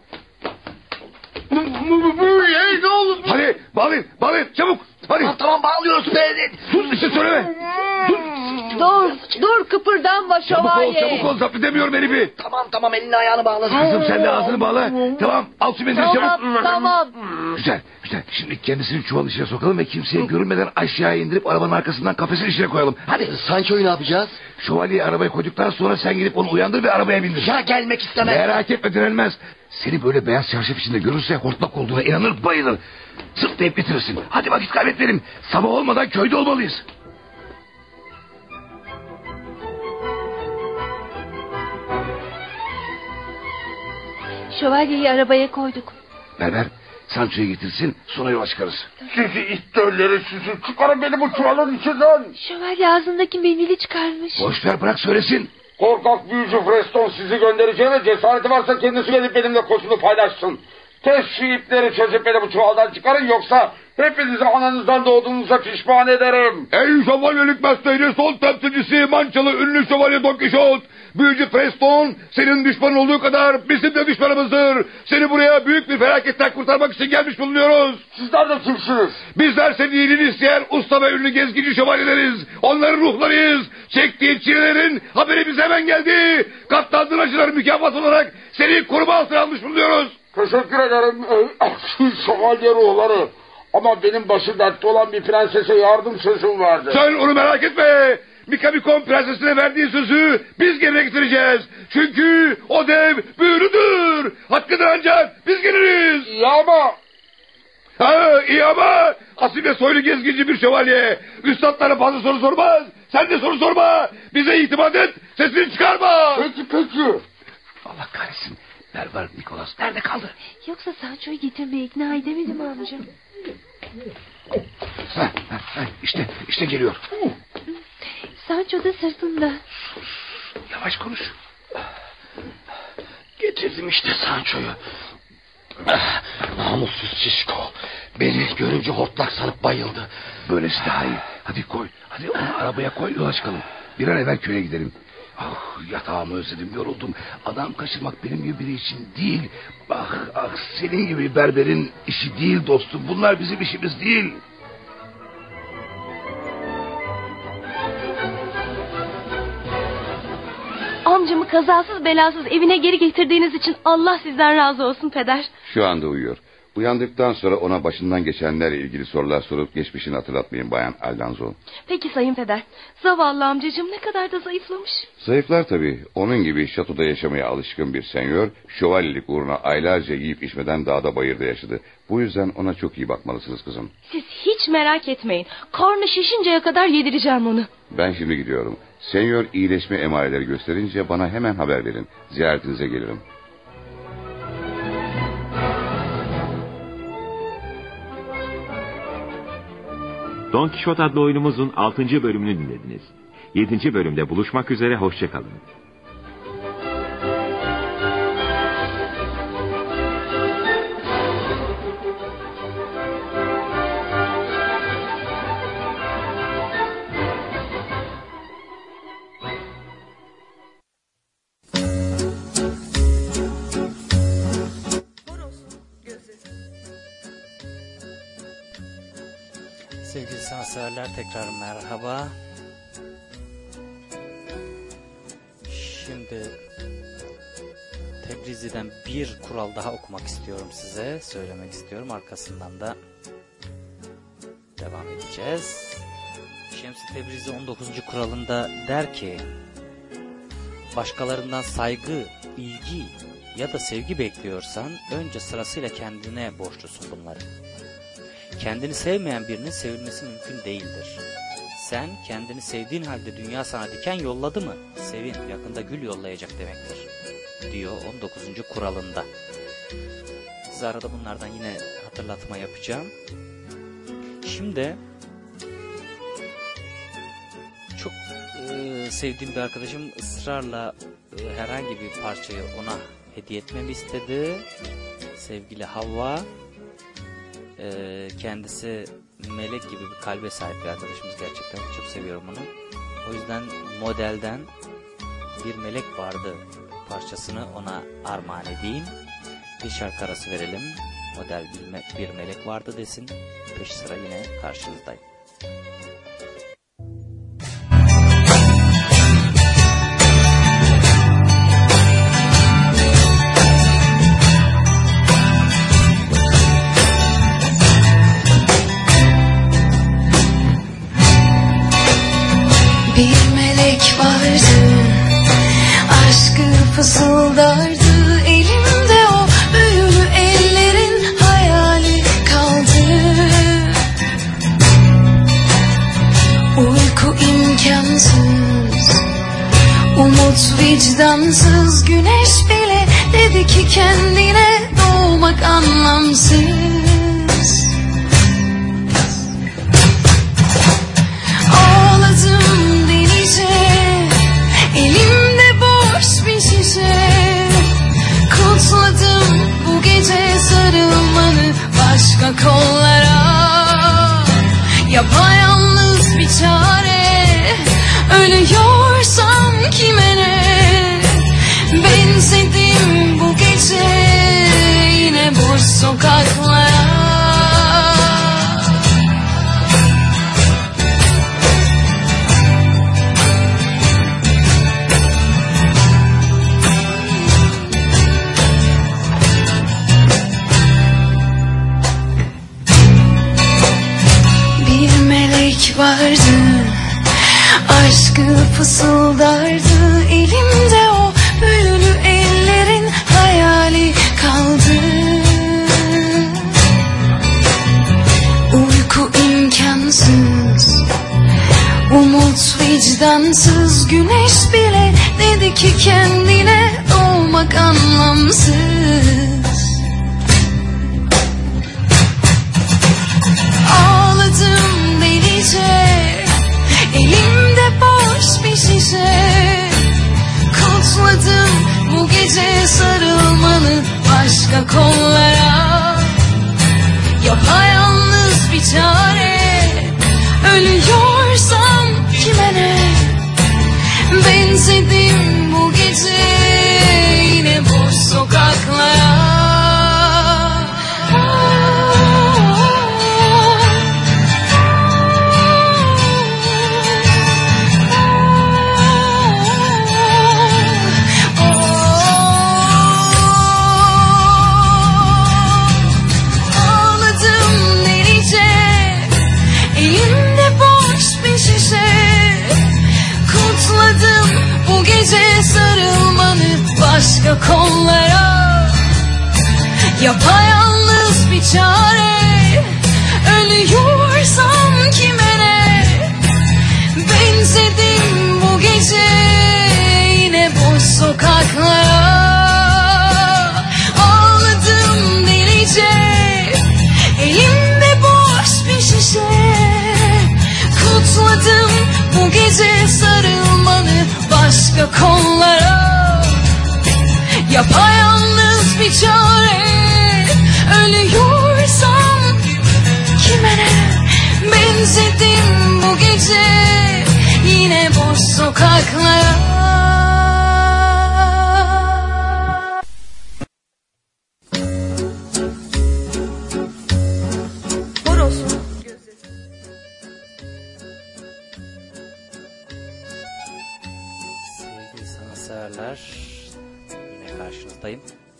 Hey, ne olur? Hadi bağlayın bağlayın çabuk. Hadi. Tamam, tamam bağlıyoruz be. Sus bir şey söyleme. Dur. Dur, dur kıpırdanma şövalye. Çabuk ol çabuk ol zapt edemiyorum herifi. Tamam tamam elini ayağını bağladım. Kızım sen de ağzını bağla. Tamam al şu mendili Tamam, çabuk. tamam. Güzel güzel. Şimdi kendisini çuvalın içine sokalım ve kimseye görünmeden aşağıya indirip arabanın arkasından kafesin içine koyalım. Hadi. Sancho'yu ne yapacağız? Şövalyeyi arabaya koyduktan sonra sen gidip onu uyandır ve arabaya bindir. Ya gelmek istemez. Merak etme direnmez. Seni böyle beyaz çarşaf içinde görürse hortlak olduğuna inanır bayılır. Sırtlayıp getirirsin. Hadi vakit kaybetmeyelim. Sabah olmadan köyde olmalıyız. Şövalyeyi arabaya koyduk. Ver ver. Sancho'yu getirsin sonra yola çıkarız. Sizi isterleri sizi. Çıkarın beni bu çuvalın içinden. Şövalye ağzındaki mendili çıkarmış. Boş ver bırak söylesin. Korkak büyücü Freston sizi göndereceğine cesareti varsa kendisi gelip benimle koşunu paylaşsın. Tez şu ipleri çözüp beni bu çuvaldan çıkarın yoksa hepinizi ananızdan doğduğunuza pişman ederim. Ey şövalyelik mesleğinin son temsilcisi Mançalı ünlü şövalye Don Quixote. Büyücü Freston senin düşmanın olduğu kadar bizim de düşmanımızdır. Seni buraya büyük bir felaketten kurtarmak için gelmiş bulunuyoruz. Sizler de kimsiniz? Bizler senin iyiliğini isteyen usta ve ünlü gezginci şövalyeleriz. Onların ruhlarıyız. Çektiğin çilelerin haberi bize hemen geldi. Katlandığın acıların mükafat olarak seni koruma altına almış bulunuyoruz. Teşekkür ederim ey şövalye ruhları. Ama benim başı dertte olan bir prensese yardım sözüm vardı. Sen onu merak etme. Mikamikon prensesine verdiği sözü biz geri getireceğiz. Çünkü o dev büyülüdür. Hakkıdır ancak biz geliriz. İyi ama... Ha, iyi ama asil ve soylu gezginci bir şövalye. Üstadlara fazla soru sormaz. Sen de soru sorma. Bize itimat et. Sesini çıkarma. Peki peki. Allah kahretsin. Berber Nikolas nerede kaldı? Yoksa Sancho'yu getirmeye ikna edemedim amca. Ha, ha, ha, işte, işte geliyor. Sancho da sırtında. Sus, yavaş konuş. Getirdim işte Sancho'yu. Namussuz şişko. Beni görünce hortlak sanıp bayıldı. Böylesi daha iyi. Hadi koy. Hadi onu arabaya koy yola çıkalım. Bir an evvel köye gidelim. Ah, yatağımı özledim, yoruldum. Adam kaçırmak benim gibi biri için değil. Ah, ah, senin gibi berberin işi değil dostum. Bunlar bizim işimiz değil. Amcamı kazasız belasız evine geri getirdiğiniz için Allah sizden razı olsun peder. Şu anda uyuyor. Uyandıktan sonra ona başından geçenlerle ilgili sorular sorup geçmişini hatırlatmayın Bayan Aldanzo. Peki Sayın Peder. Zavallı amcacığım ne kadar da zayıflamış. Zayıflar tabii. Onun gibi şatoda yaşamaya alışkın bir senyor, şövalyelik uğruna aylarca yiyip içmeden dağda bayırda yaşadı. Bu yüzden ona çok iyi bakmalısınız kızım. Siz hiç merak etmeyin. Karnı şişinceye kadar yedireceğim onu. Ben şimdi gidiyorum. Senyor iyileşme emareleri gösterince bana hemen haber verin. Ziyaretinize gelirim. Don Kişot adlı oyunumuzun altıncı bölümünü dinlediniz. yedinci bölümde buluşmak üzere, hoşça kalın. Sevgili sanatseverler, tekrar merhaba. Şimdi Tebrizi'den bir kural daha okumak istiyorum size, söylemek istiyorum. Arkasından da devam edeceğiz. Şems-i Tebrizi on dokuzuncu kuralında der ki, başkalarından saygı, ilgi ya da sevgi bekliyorsan önce sırasıyla kendine borçlusun bunları. Kendini sevmeyen birinin sevilmesi mümkün değildir. Sen kendini sevdiğin halde dünya sana diken yolladı mı? Sevin, yakında gül yollayacak demektir, diyor on dokuzuncu kuralında. Size arada bunlardan yine hatırlatma yapacağım. Şimdi çok e, sevdiğim bir arkadaşım ısrarla e, herhangi bir parçayı ona hediye etmemi istedi. Sevgili Havva. Ee, kendisi melek gibi bir kalbe sahip bir arkadaşımız, gerçekten çok seviyorum onu. O yüzden modelden bir melek vardı parçasını ona armağan edeyim. Bir şarkı arası verelim. Model bir, me- bir melek vardı desin. Peş sıra yine karşınızdayım. Bir melek vardı, aşkı fısıldardı, elimde o büyülü ellerin hayali kaldı. Uyku imkansız, umut vicdansız, güneş bile dedi ki kendine doğmak anlamsız. Ağladım delice, elimde boş bir şişe. Kutladım bu gece sarılmanı başka kollara. Yapayalnız bir çare, ölüyorsam kime ne? Benzedim bu gece yine boş sokaklara. Vardı, aşkı fısıldardı, elimde o büyülü ellerin hayali kaldı. Uyku imkansız, umut vicdansız, güneş bile dedi ki kendine doğmak anlamsız. Ağladım elimde boş bir şişe. Kutladım bu gece sarılmanı başka kollara. Yapayalnız bir çare, ölüyorsam kime ne? Benzedim bu gece yine boş sokaklara. Yapayalnız bir çare, ölüyorsam kime ne? Benzedim bu gece yine boş sokaklara. Ağladım delice, elimde boş bir şişe. Kutladım bu gece sarılmanı başka kollara. Yapayalnız bir çare, ölüyorsam kime ne? Benzedim bu gece yine boş sokaklara. Horosun Sevgili sanatseverler, yine karşınızdayım.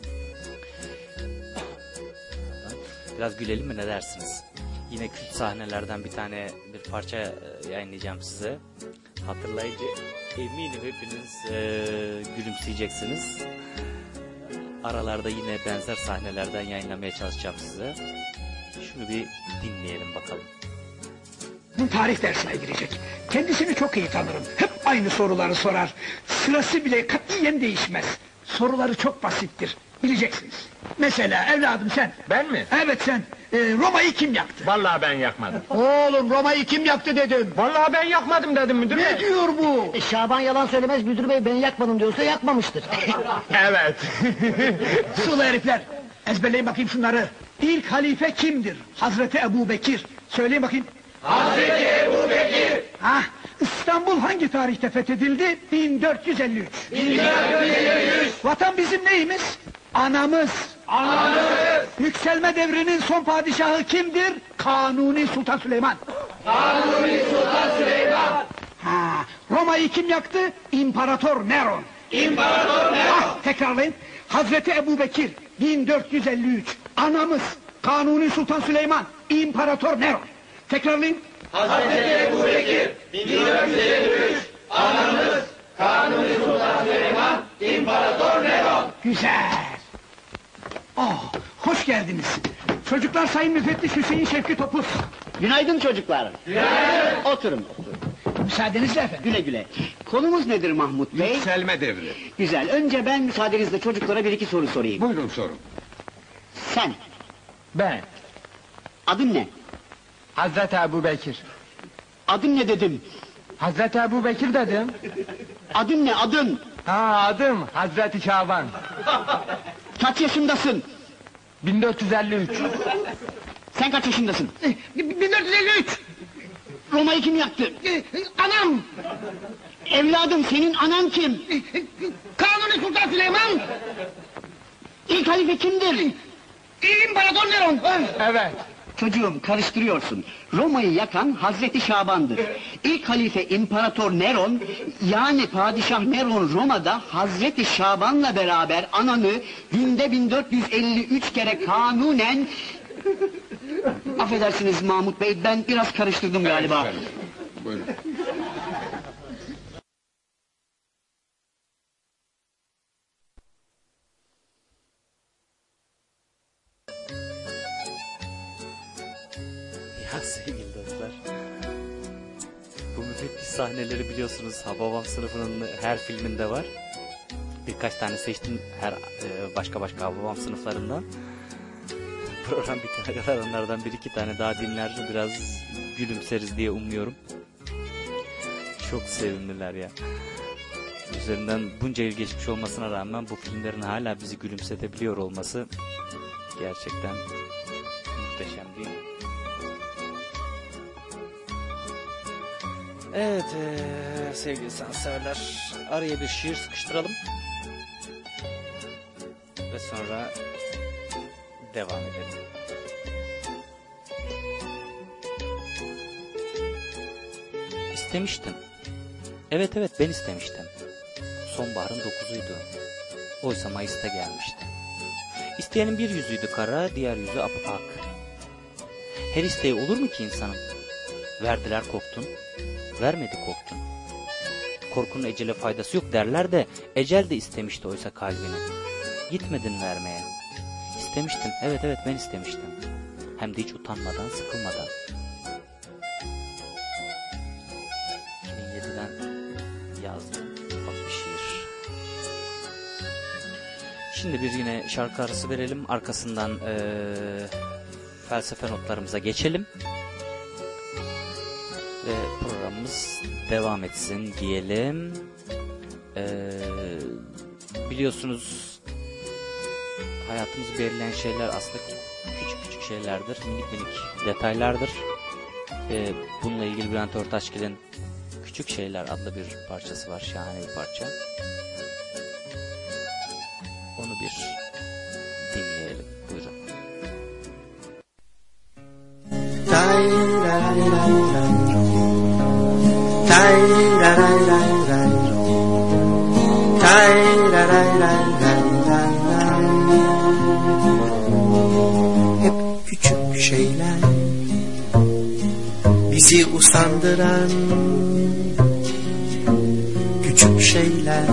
Biraz gülelim mi, ne dersiniz? Yine kült sahnelerden bir tane bir parça e, yayınlayacağım size. Hatırlayınca eminim hepiniz e, gülümseyeceksiniz. Aralarda yine benzer sahnelerden yayınlamaya çalışacağım size. Şunu bir dinleyelim bakalım. Tarih dersine girecek. Kendisini çok iyi tanırım. Hep aynı soruları sorar. Sırası bile katiyen değişmez. Soruları çok basittir. Bileceksiniz. Mesela evladım sen. Ben mi? Evet sen. Ee, Roma'yı kim yaktı? Vallahi ben yakmadım. Oğlum Roma'yı kim yaktı dedim. Vallahi ben yakmadım dedim müdür bey. Ne diyor bu? E, Şaban yalan söylemez, müdür bey ben yakmadım diyorsa yakmamıştır. Evet. Sulu herifler. Ezberleyin bakayım şunları. İlk halife kimdir? Hazreti Ebu Bekir. Söyleyin bakayım. Hazreti Ebu Bekir. Ha, İstanbul hangi tarihte fethedildi? bin dört yüz elli üç. bin dört yüz elli üç. Vatan bizim neyimiz? Anamız. Anamız. Yükselme devrinin son padişahı kimdir? Kanuni Sultan Süleyman. Kanuni Sultan Süleyman. Ha, Roma'yı kim yaktı? İmparator Neron. İmparator Neron. Ah, tekrarlayın. Hazreti Ebu Bekir bin dört yüz elli üç. Anamız Kanuni Sultan Süleyman. İmparator Neron. Tekrarlayın. Hazreti Ebu Bekir bin dört yüz elli üç. Anamız Kanuni Sultan Süleyman. İmparator Neron. Güzel. Oh, hoş geldiniz. Çocuklar Sayın Müfettiş Hüseyin Şevki Topuz. Günaydın çocuklar. Günaydın. Oturun, oturun. Müsaadenizle efendim. Güle güle. Konumuz nedir Mahmut Bey? Yükselme devri. Güzel. Önce ben müsaadenizle çocuklara bir iki soru sorayım. Buyurun sorun. Sen, Ben. adın ne? Hazreti Ebu Bekir. Adın ne dedim? Hazreti Ebu Bekir dedim. Adın ne, adın? Ha adım Hazreti Şaban. Kaç yaşındasın? bin dört yüz elli üç. Sen kaç yaşındasın? bin dört yüz elli üç. Roma'yı kim yaktı? Anam. Evladım senin anan kim? Kanuni Sultan Süleyman. İlk halife kimdir? İmparator Neron. Evet. Çocuğum karıştırıyorsun. Roma'yı yakan Hazreti Şaban'dır. İlk halife İmparator Neron, yani Padişah Neron Roma'da Hazreti Şaban'la beraber ananı günde bin dört yüz elli üç kere kanunen... Affedersiniz Mahmut Bey, ben biraz karıştırdım galiba. Evet, buyurun. Ya sevgili dostlar, bu müfettiş sahneleri biliyorsunuz Hababam sınıfının her filminde var. Birkaç tane seçtim her e, başka başka Hababam sınıflarından. Program bitene kadar onlardan bir iki tane daha dinler, biraz gülümseriz diye umuyorum. Çok sevimliler ya. Üzerinden bunca yıl geçmiş olmasına rağmen bu filmlerin hala bizi gülümsetebiliyor olması gerçekten muhteşem değil mi? Evet ee, sevgili sanatseverler, araya bir şiir sıkıştıralım ve sonra devam edelim. İstemiştim. Evet evet ben istemiştim. Sonbaharın dokuzuydu. Oysa Mayıs'ta gelmişti. İsteyenin bir yüzüydü kara, diğer yüzü apak. Her isteği olur mu ki insanın? Verdiler korktun, vermedi korktun. Korkunun ecele faydası yok derler de ecel de istemişti oysa kalbini. Gitmedin vermeye. İstemiştim. Evet evet ben istemiştim. Hem de hiç utanmadan, sıkılmadan. iki bin yediden yazdım. Bak bir şiir. Şimdi bir yine şarkı arası verelim. Arkasından ee, felsefe notlarımıza geçelim. Ve programımız devam etsin diyelim. Ee, biliyorsunuz hayatımızı belirleyen şeyler aslında küçük küçük şeylerdir. Minik minik detaylardır. Ee, bununla ilgili Bülent Ortaçgil'in Küçük Şeyler adlı bir parçası var. Şahane bir parça. Onu bir dinleyelim. Buyurun. Hep küçük şeyler bizi usandıran, küçük şeyler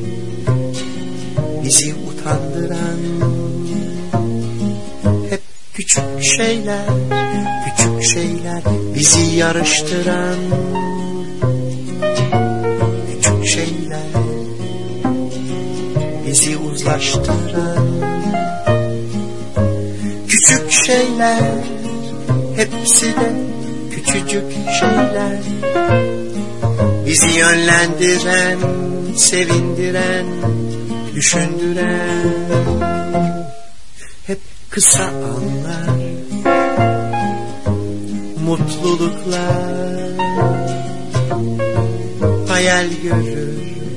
bizi utandıran, hep küçük şeyler, küçük şeyler bizi yarıştıran, küçük şeyler bizi uzlaştıran, küçük şeyler, hepsi de küçücük şeyler, bizi yönlendiren, sevindiren, düşündüren, hep kısa anlar, mutluluklar, hayal görür,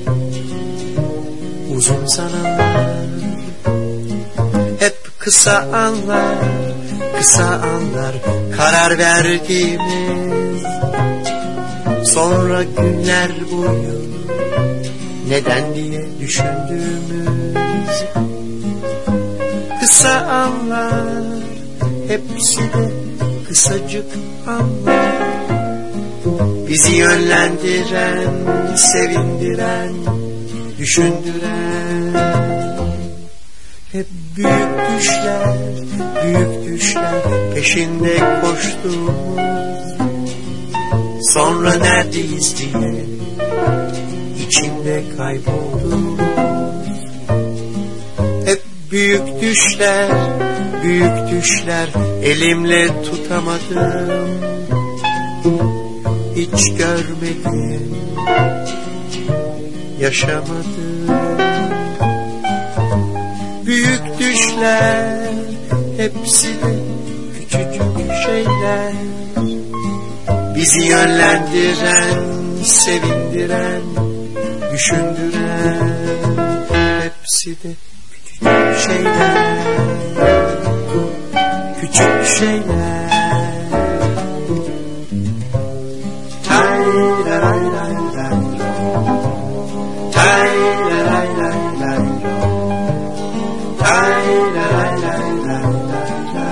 uzun zamanlar, hep kısa anlar, kısa anlar, karar verdiğimiz, sonra günler boyu neden diye düşündüğümüz, kısa anlar, hepsi de kısacık anlar, bizi yönlendiren, sevindiren, düşündüren, hep büyük düşler, büyük düşler peşinde koştuğumuz, sonra neredeyiz diye içinde kayboldum. Hep büyük düşler, büyük düşler elimle tutamadım, hiç görmedim, yaşamadım. Büyük düşler, hepsi de küçücük şeyler, bizi yönlendiren, sevindiren, düşündüren, hepsi de küçücük şeyler, küçük şeyler. Tay la la la la, tay la la la la, tay la la la la la.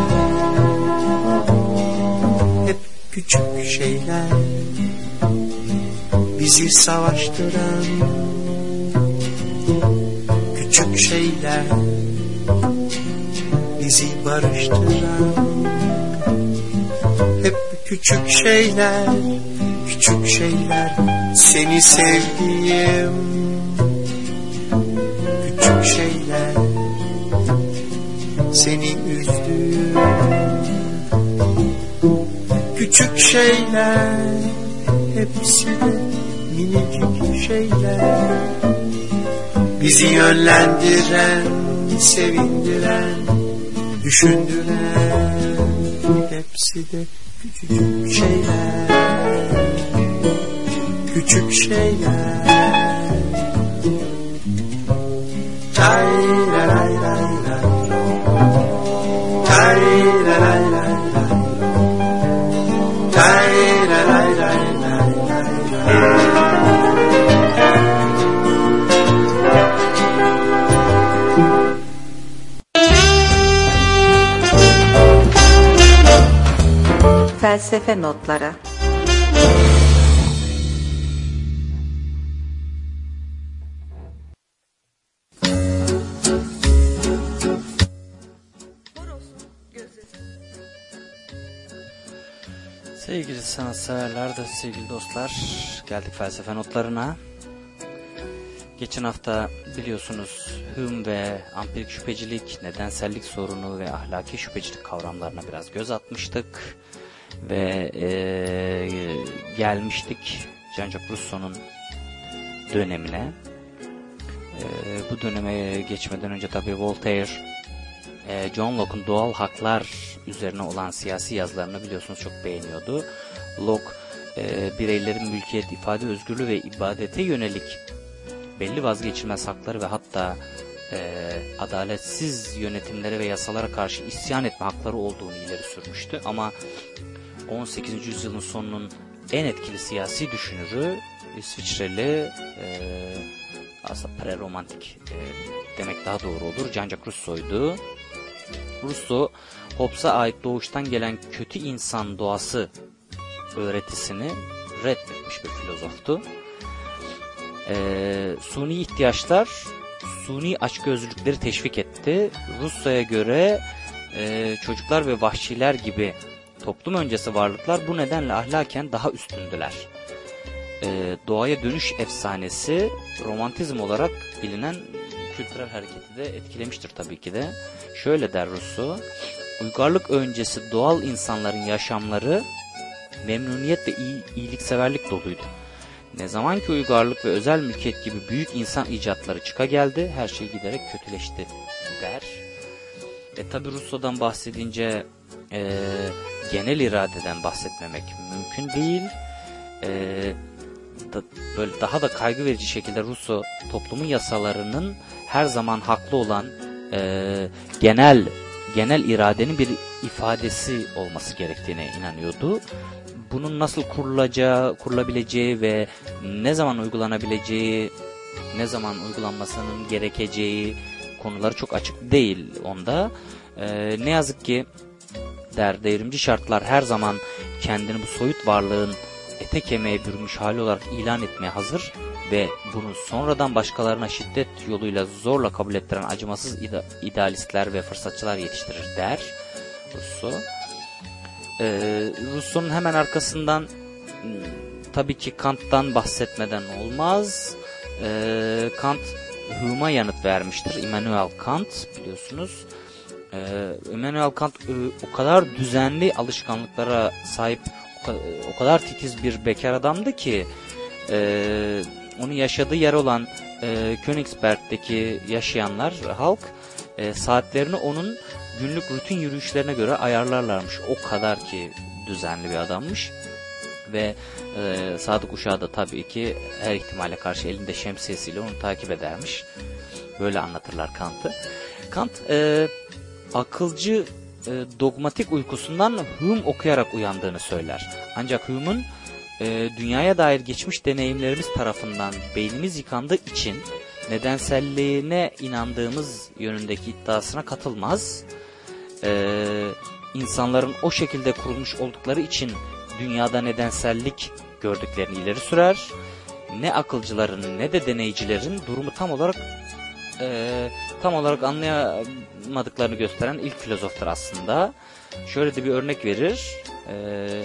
Hep küçük şeyler bizi savaştıran, küçük şeyler bizi barıştıran, hep küçük şeyler, küçük şeyler seni sevdiğim, küçük şeyler seni üzdüğüm, küçük şeyler, hepsi de minicik şeyler, bizi yönlendiren, sevindiren, düşündüren, hepsi de küçücük şeyler, küçük şeyler. Tay la la la la, tay la la la la, tay la la la la la. Felsefe notları. Sevgili sanatseverler de sevgili dostlar, geldik felsefe notlarına. Geçen hafta biliyorsunuz Hume ve ampirik şüphecilik, nedensellik sorunu ve ahlaki şüphecilik kavramlarına biraz göz atmıştık. Ve ee, gelmiştik Jean-Jacques Rousseau'nun dönemine. E, bu döneme geçmeden önce tabii Voltaire, e, John Locke'un doğal haklar üzerine olan siyasi yazılarını biliyorsunuz çok beğeniyordu. Locke, e, bireylerin mülkiyet, ifade özgürlüğü ve ibadete yönelik belli vazgeçilmez hakları ve hatta e, adaletsiz yönetimlere ve yasalara karşı isyan etme hakları olduğunu ileri sürmüştü. Ama on sekizinci yüzyılın sonunun en etkili siyasi düşünürü İsviçreli, e, aslında pre-romantik e, demek daha doğru olur, Jean-Jacques Rousseau'ydu. Rousseau, Hobbes'a ait doğuştan gelen kötü insan doğası öğretisini reddetmiş bir filozoftu. E, suni ihtiyaçlar, suni açgözlülükleri teşvik etti. Rousseau'ya göre e, çocuklar ve vahşiler gibi toplum öncesi varlıklar bu nedenle ahlaken daha üstündüler. E, doğaya dönüş efsanesi romantizm olarak bilinen kültürel hareketi de etkilemiştir tabii ki de. Şöyle der Rousseau, uygarlık öncesi doğal insanların yaşamları memnuniyet ve iyi, iyilikseverlik doluydu. Ne zaman ki uygarlık ve özel mülkiyet gibi büyük insan icatları çıka geldi, her şey giderek kötüleşti der. E tabii Rousseau'dan bahsedince e, genel iradeden bahsetmemek mümkün değil. E, da, böyle daha da kaygı verici şekilde Rousseau toplumun yasalarının her zaman haklı olan e, genel genel iradenin bir ifadesi olması gerektiğine inanıyordu. Bunun nasıl kurulacağı, kurulabileceği ve ne zaman uygulanabileceği, ne zaman uygulanmasının gerekeceği konuları çok açık değil onda. Ee, ne yazık ki der, devrimci şartlar her zaman kendini bu soyut varlığın ete kemiğe bürünmüş hali olarak ilan etmeye hazır ve bunu sonradan başkalarına şiddet yoluyla zorla kabul ettiren acımasız ide idealistler ve fırsatçılar yetiştirir der Rousseau. Ee, Rousseau'nun hemen arkasından tabii ki Kant'tan bahsetmeden olmaz. Ee, Kant Hume'a yanıt vermiştir. Immanuel Kant biliyorsunuz. Ee, Immanuel Kant e, o kadar düzenli alışkanlıklara sahip, o, o kadar titiz bir bekar adamdı ki e, onun yaşadığı yer olan e, Königsberg'deki yaşayanlar, halk e, saatlerini onun günlük rutin yürüyüşlerine göre ayarlarlarmış. O kadar ki düzenli bir adammış. Ve e, Sadık Uşağı da tabii ki her ihtimale karşı elinde şemsiyesiyle onu takip edermiş. Böyle anlatırlar Kant'ı. Kant e, akılcı e, dogmatik uykusundan Hume okuyarak uyandığını söyler. Ancak Hume'un e, dünyaya dair geçmiş deneyimlerimiz tarafından beynimiz yıkandığı için nedenselliğine inandığımız yönündeki iddiasına katılmaz. Ee, insanların o şekilde kurulmuş oldukları için dünyada nedensellik gördüklerini ileri sürer. Ne akılcıların ne de deneycilerin durumu tam olarak e, tam olarak anlayamadıklarını gösteren ilk filozoftur aslında. Şöyle de bir örnek verir. E,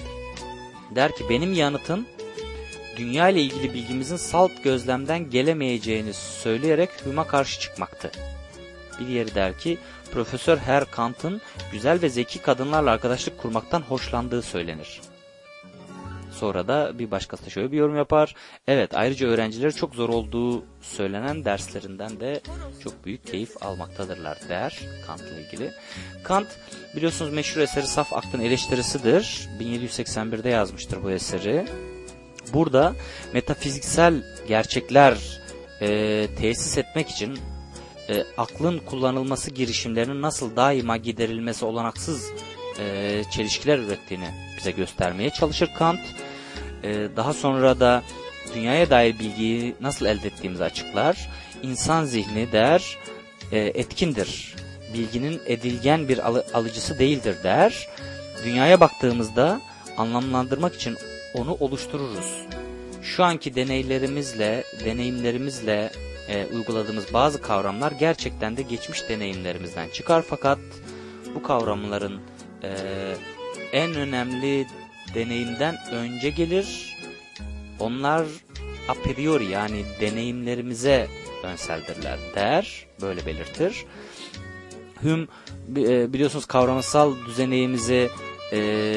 der ki benim yanıtım dünya ile ilgili bilgimizin salt gözlemden gelemeyeceğini söyleyerek Hume'a karşı çıkmaktı. Bir diğeri der ki Profesör Herr Kant'ın güzel ve zeki kadınlarla arkadaşlık kurmaktan hoşlandığı söylenir. Sonra da bir başkası da şöyle bir yorum yapar. Evet, ayrıca öğrencileri çok zor olduğu söylenen derslerinden de çok büyük keyif almaktadırlar der Kant'la ilgili. Kant biliyorsunuz meşhur eseri Saf Aklın Eleştirisidir. bin yedi yüz seksen birde yazmıştır bu eseri. Burada metafiziksel gerçekler e, tesis etmek için e, aklın kullanılması girişimlerinin nasıl daima giderilmesi olanaksız e, çelişkiler ürettiğini bize göstermeye çalışır Kant. E, daha sonra da dünyaya dair bilgiyi nasıl elde ettiğimizi açıklar. İnsan zihni der e, etkindir. Bilginin edilgen bir alı, alıcısı değildir der. Dünyaya baktığımızda anlamlandırmak için onu oluştururuz. Şu anki deneylerimizle, deneyimlerimizle e, uyguladığımız bazı kavramlar gerçekten de geçmiş deneyimlerimizden çıkar. Fakat bu kavramların e, en önemli deneyimden önce gelir. Onlar a priori yani deneyimlerimize önseldirler der, böyle belirtir. Hume biliyorsunuz kavramsal düzeneyimizi e,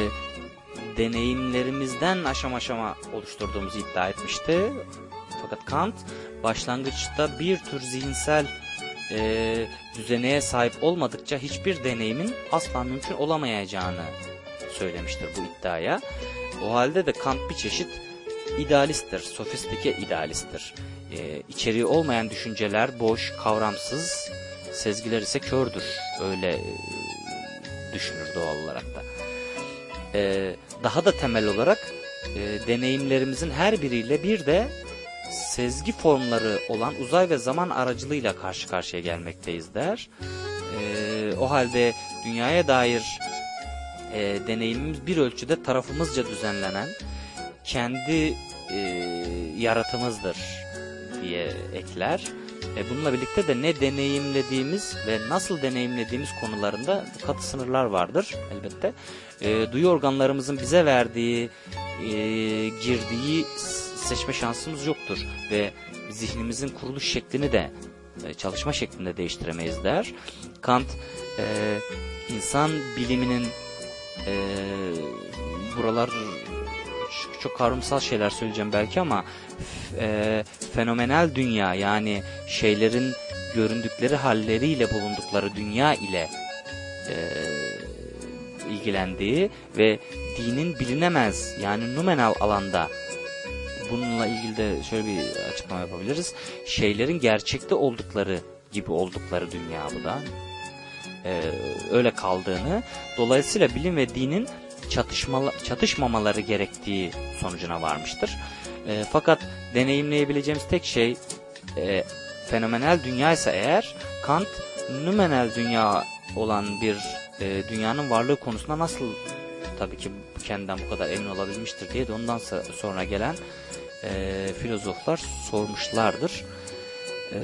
deneyimlerimizden aşama aşama oluşturduğumuzu iddia etmişti. Fakat Kant başlangıçta bir tür zihinsel e, düzeneye sahip olmadıkça hiçbir deneyimin asla mümkün olamayacağını söylemiştir bu iddiaya. O halde de Kant bir çeşit idealisttir, sofistike idealisttir. E, içeriği olmayan düşünceler boş, kavramsız, sezgiler ise kördür. Öyle e, düşünür doğal olarak da. E, daha da temel olarak e, deneyimlerimizin her biriyle bir de sezgi formları olan uzay ve zaman aracılığıyla karşı karşıya gelmekteyiz der. E, o halde dünyaya dair e, deneyimimiz bir ölçüde tarafımızca düzenlenen kendi e, yaratımızdır diye ekler. E, bununla birlikte de ne deneyimlediğimiz ve nasıl deneyimlediğimiz konularında katı sınırlar vardır elbette. E, duyu organlarımızın bize verdiği, e, girdiği seçme şansımız yoktur ve zihnimizin kuruluş şeklini de e, çalışma şeklinde değiştiremeyiz der. Kant e, insan biliminin e, buralar çok kavramsal şeyler söyleyeceğim belki ama e, fenomenal dünya yani şeylerin göründükleri halleriyle bulundukları dünya ile e, ilgilendiği ve dinin bilinemez yani numenal alanda bununla ilgili de şöyle bir açıklama yapabiliriz. Şeylerin gerçekte oldukları gibi oldukları dünya bu da. E, öyle kaldığını, dolayısıyla bilim ve dinin çatışmalı, çatışmamaları gerektiği sonucuna varmıştır. E, fakat deneyimleyebileceğimiz tek şey e, fenomenal dünya ise eğer, Kant numenal dünya olan bir e, dünyanın varlığı konusunda nasıl tabii ki kendinden bu kadar emin olabilmiştir diye de ondan sonra gelen e, filozoflar sormuşlardır. E,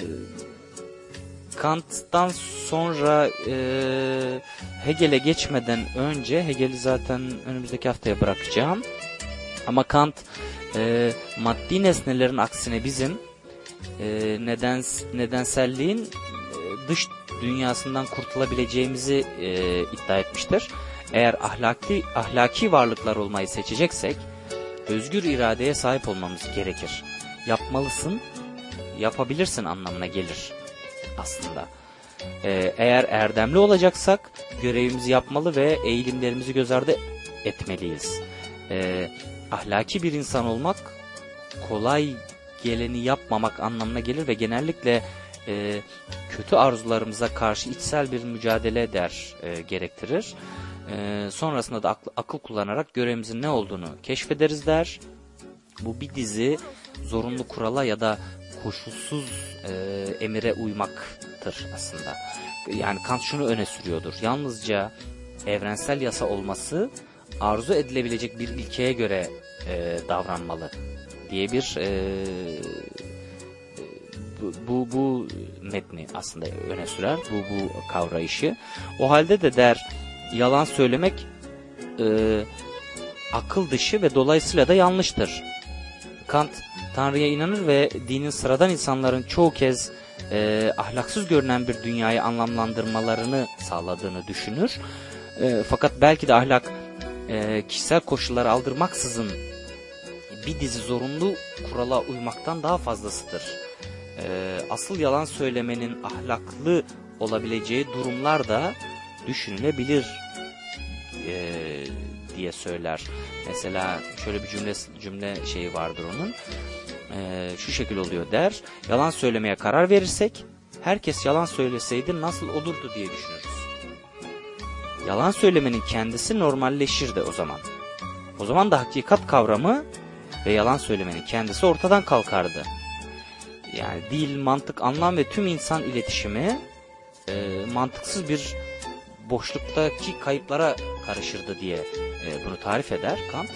Kant'tan sonra e, Hegel'e geçmeden önce, Hegel'i zaten önümüzdeki haftaya bırakacağım. Ama Kant e, maddi nesnelerin aksine bizim e, neden nedenselliğin e, dış dünyasından kurtulabileceğimizi e, iddia etmiştir. Eğer ahlaki ahlaki varlıklar olmayı seçeceksek özgür iradeye sahip olmamız gerekir. Yapmalısın, yapabilirsin anlamına gelir aslında. Ee, eğer erdemli olacaksak görevimizi yapmalı ve eğilimlerimizi göz ardı etmeliyiz. Ee, ahlaki bir insan olmak kolay geleni yapmamak anlamına gelir ve genellikle e, kötü arzularımıza karşı içsel bir mücadele eder, e, gerektirir. E, sonrasında da akıl, akıl kullanarak görevimizin ne olduğunu keşfederiz der. Bu bir dizi zorunlu kurala ya da koşulsuz e, emire uymaktır aslında. Yani Kant şunu öne sürüyordur. Yalnızca evrensel yasa olması arzu edilebilecek bir ilkeye göre e, davranmalı diye bir e, bu, bu, bu metni aslında öne sürer. Bu, bu kavrayışı. O halde de der, yalan söylemek e, akıl dışı ve dolayısıyla da yanlıştır. Kant Tanrı'ya inanır ve dinin sıradan insanların çoğu kez e, ahlaksız görünen bir dünyayı anlamlandırmalarını sağladığını düşünür. E, fakat belki de ahlak e, kişisel koşulları aldırmaksızın bir dizi zorunlu kurala uymaktan daha fazlasıdır. E, asıl yalan söylemenin ahlaklı olabileceği durumlar da düşünülebilir e, diye söyler. Mesela şöyle bir cümle cümle şeyi vardır onun. Ee, şu şekil oluyor der. Yalan söylemeye karar verirsek herkes yalan söyleseydi nasıl olurdu diye düşünürüz. Yalan söylemenin kendisi normalleşir de o zaman. O zaman da hakikat kavramı ve yalan söylemenin kendisi ortadan kalkardı. Yani dil, mantık, anlam ve tüm insan iletişimi e, mantıksız bir boşluktaki kayıplara karışırdı diye e, bunu tarif eder Kant.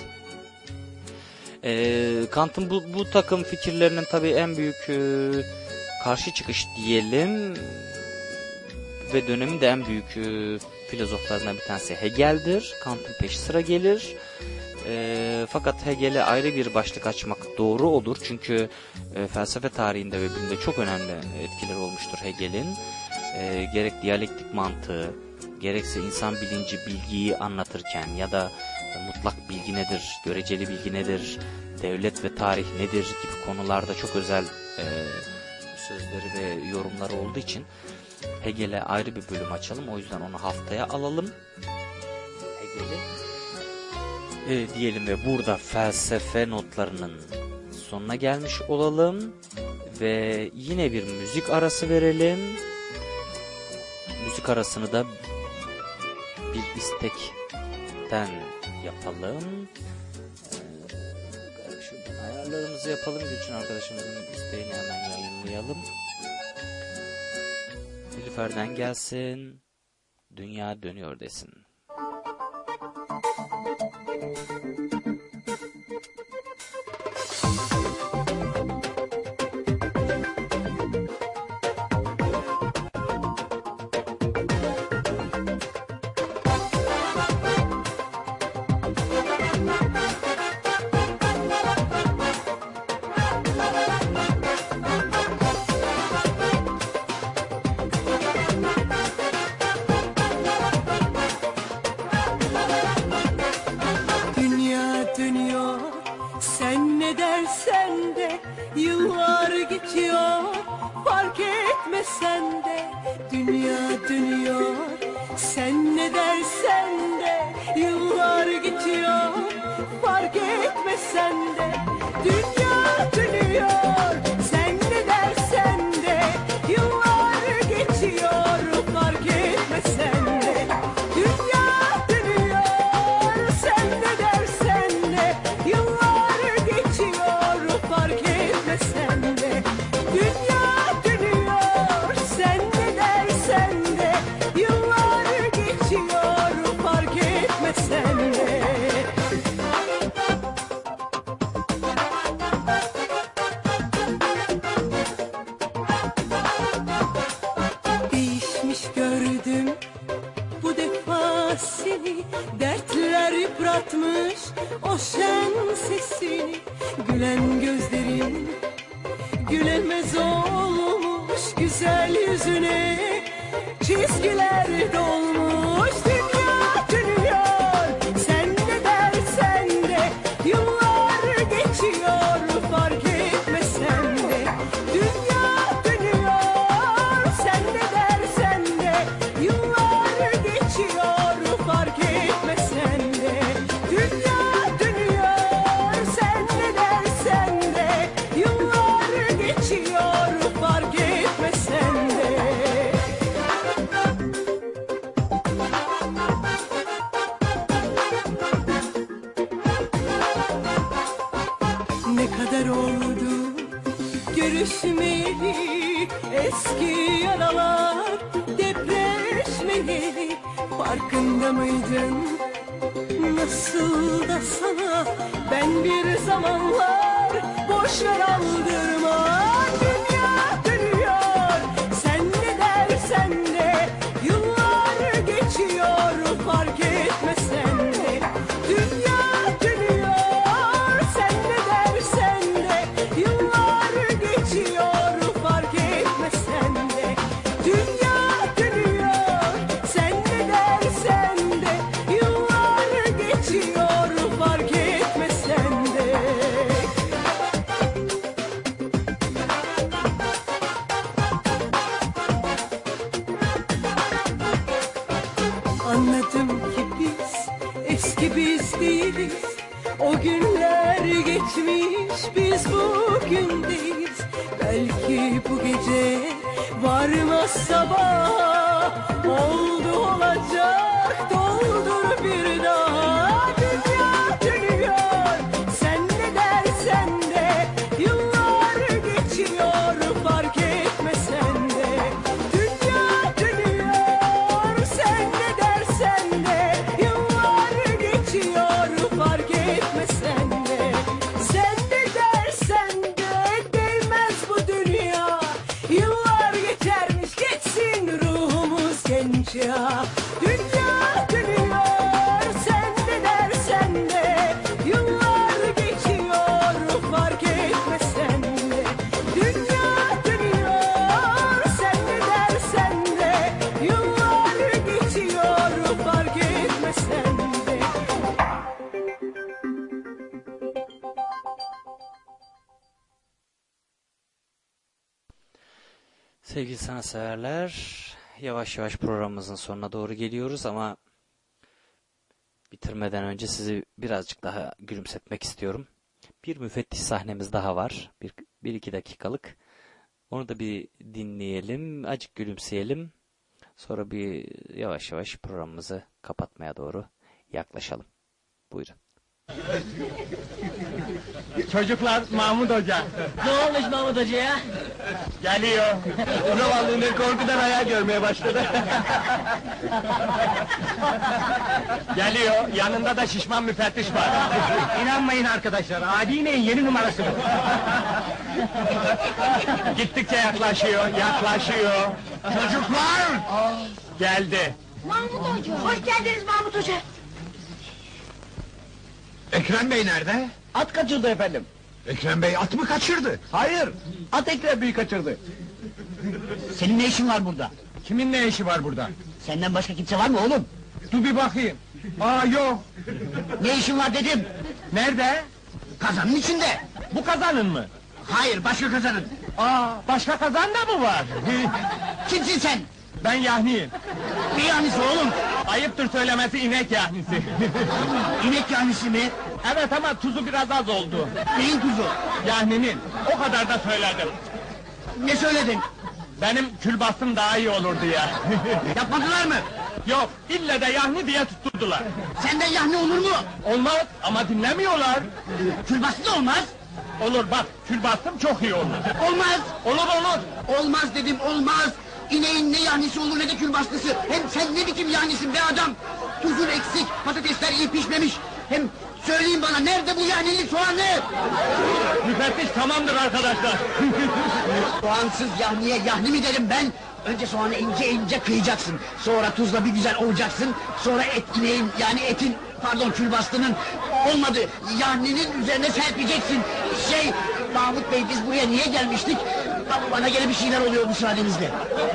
E, Kant'ın bu, bu takım fikirlerinin tabii en büyük e, karşı çıkış diyelim ve dönemin de en büyük e, filozoflarından bir tanesi Hegel'dir. Kant'ın peşi sıra gelir. E, fakat Hegel'e ayrı bir başlık açmak doğru olur. Çünkü e, felsefe tarihinde ve bilimde çok önemli etkileri olmuştur Hegel'in. E, gerek diyalektik mantığı, gerekse insan bilinci bilgiyi anlatırken ya da e, mutlak bilgi nedir, göreceli bilgi nedir, devlet ve tarih nedir gibi konularda çok özel e, sözleri ve yorumları olduğu için Hegel'e ayrı bir bölüm açalım. O yüzden onu haftaya alalım. Hegel'i e, diyelim ve burada felsefe notlarının sonuna gelmiş olalım. Ve yine bir müzik arası verelim. Müzik arasını da bir istekten yapalım. Ee, şuradan ayarlarımızı yapalım. Gülçin arkadaşımızın isteğini hemen yayınlayalım. Nilüfer'den gelsin. Dünya dönüyor desin. Genç ya Sevgili sanatseverler, yavaş yavaş programımızın sonuna doğru geliyoruz ama bitirmeden önce sizi birazcık daha gülümsetmek istiyorum. Bir müfettiş sahnemiz daha var, bir, bir iki dakikalık. Onu da bir dinleyelim, azıcık gülümseyelim. Sonra bir yavaş yavaş programımızı kapatmaya doğru yaklaşalım. Buyurun. Çocuklar, Mahmut Hoca. Ne olmuş Mahmut Hoca'ya? Geliyor. Zavallının korkudan hayal görmeye başladı. Geliyor. Yanında da şişman müfettiş var. İnanmayın arkadaşlar. Adi Bey'in yeni numarası bu. Gittikçe yaklaşıyor, yaklaşıyor. Çocuklar! Geldi. Mahmut Hoca. Hoş geldiniz Mahmut Hoca. Ekrem Bey nerede? At kaçırdı efendim. Ekrem Bey at mı kaçırdı? Hayır. At Ekrem Bey'i kaçırdı. Senin ne işin var burada? Kimin ne işi var burada? Senden başka kimse var mı oğlum? Dur bir bakayım. Aa yok. Ne işin var dedim. Nerede? Kazanın içinde. Bu kazanın mı? Hayır, başka kazanın. Aa başka kazan da mı var? Kimsin sen? Ben yahniyim. Ne yahnisi oğlum? Ayıptır söylemesi, inek yahnisi. İnek yahnisi mi? Evet ama tuzu biraz az oldu. Neyin tuzu? Yahninin. O kadar da söyledim. Ne söyledin? Benim külbastım daha iyi olur diye. Yapmadılar mı? Yok, ille de yahni diye tutturdular. Senden yahni olur mu? Olmaz ama dinlemiyorlar. Külbastı da olmaz. Olur bak, külbastım çok iyi olur. Olmaz. Olur olur. Olmaz dedim, olmaz. İneğin ne yahnisi olur ne de külbastısı. Hem sen ne biçim yahnisin be adam? Tuzun eksik, patatesler iyi pişmemiş. Hem söyleyin bana, nerede bu yahninin soğanı? Müfettiş tamamdır arkadaşlar. Soğansız yahniye yahni mi derim ben? Önce soğanı ince ince kıyacaksın. Sonra tuzla bir güzel ovacaksın. Sonra et ineğin, yani etin, pardon külbastının olmadı. Yahninin üzerine serpeceksin. Şey, Mahmut Bey biz buraya niye gelmiştik? Bana gene bir şeyler oluyor müsaadenizle.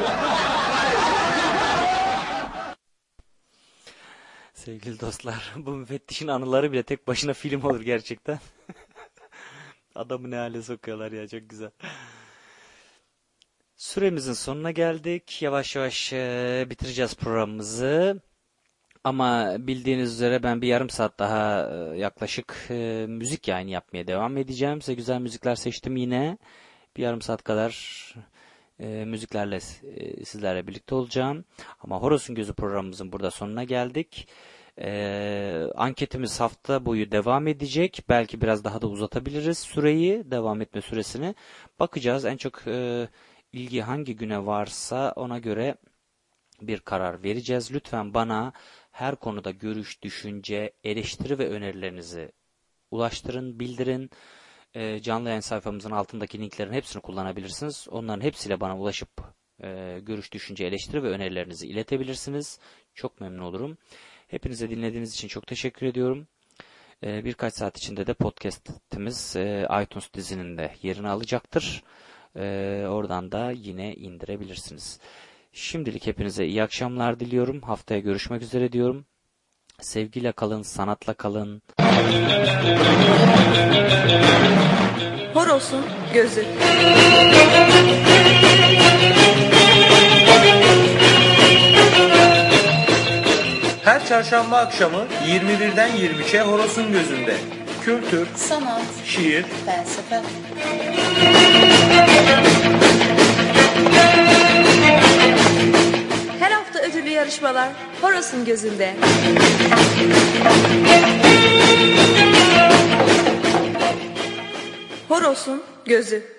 Sevgili dostlar, bu müfettişin anıları bile tek başına film olur gerçekten. Adamı ne hale sokuyorlar ya, çok güzel. Süremizin sonuna geldik. Yavaş yavaş e, bitireceğiz programımızı. Ama bildiğiniz üzere ben bir yarım saat daha e, yaklaşık e, müzik yayını yapmaya devam edeceğim. Size güzel müzikler seçtim yine. Bir yarım saat kadar e, müziklerle e, sizlerle birlikte olacağım. Ama Horos'un Gözü programımızın burada sonuna geldik. E, anketimiz hafta boyu devam edecek. Belki biraz daha da uzatabiliriz süreyi, devam etme süresini. Bakacağız en çok e, ilgi hangi güne varsa ona göre bir karar vereceğiz. Lütfen bana her konuda görüş, düşünce, eleştiri ve önerilerinizi ulaştırın, bildirin. E, canlı yayın sayfamızın altındaki linklerin hepsini kullanabilirsiniz. Onların hepsiyle bana ulaşıp e, görüş, düşünce, eleştiri ve önerilerinizi iletebilirsiniz. Çok memnun olurum. Hepinize dinlediğiniz için çok teşekkür ediyorum. E, birkaç saat içinde de podcast'imiz e, iTunes dizinin de yerini alacaktır. E, oradan da yine indirebilirsiniz. Şimdilik hepinize iyi akşamlar diliyorum. Haftaya görüşmek üzere diyorum. Sevgiyle kalın, sanatla kalın. Horos'un Gözü. Her çarşamba akşamı yirmi birden yirmi üçe Horos'un Gözü'nde. Kültür, sanat, şiir, felsefe. Her hafta ödüllü yarışmalar Horos'un Gözü'nde. Horos'un Gözü.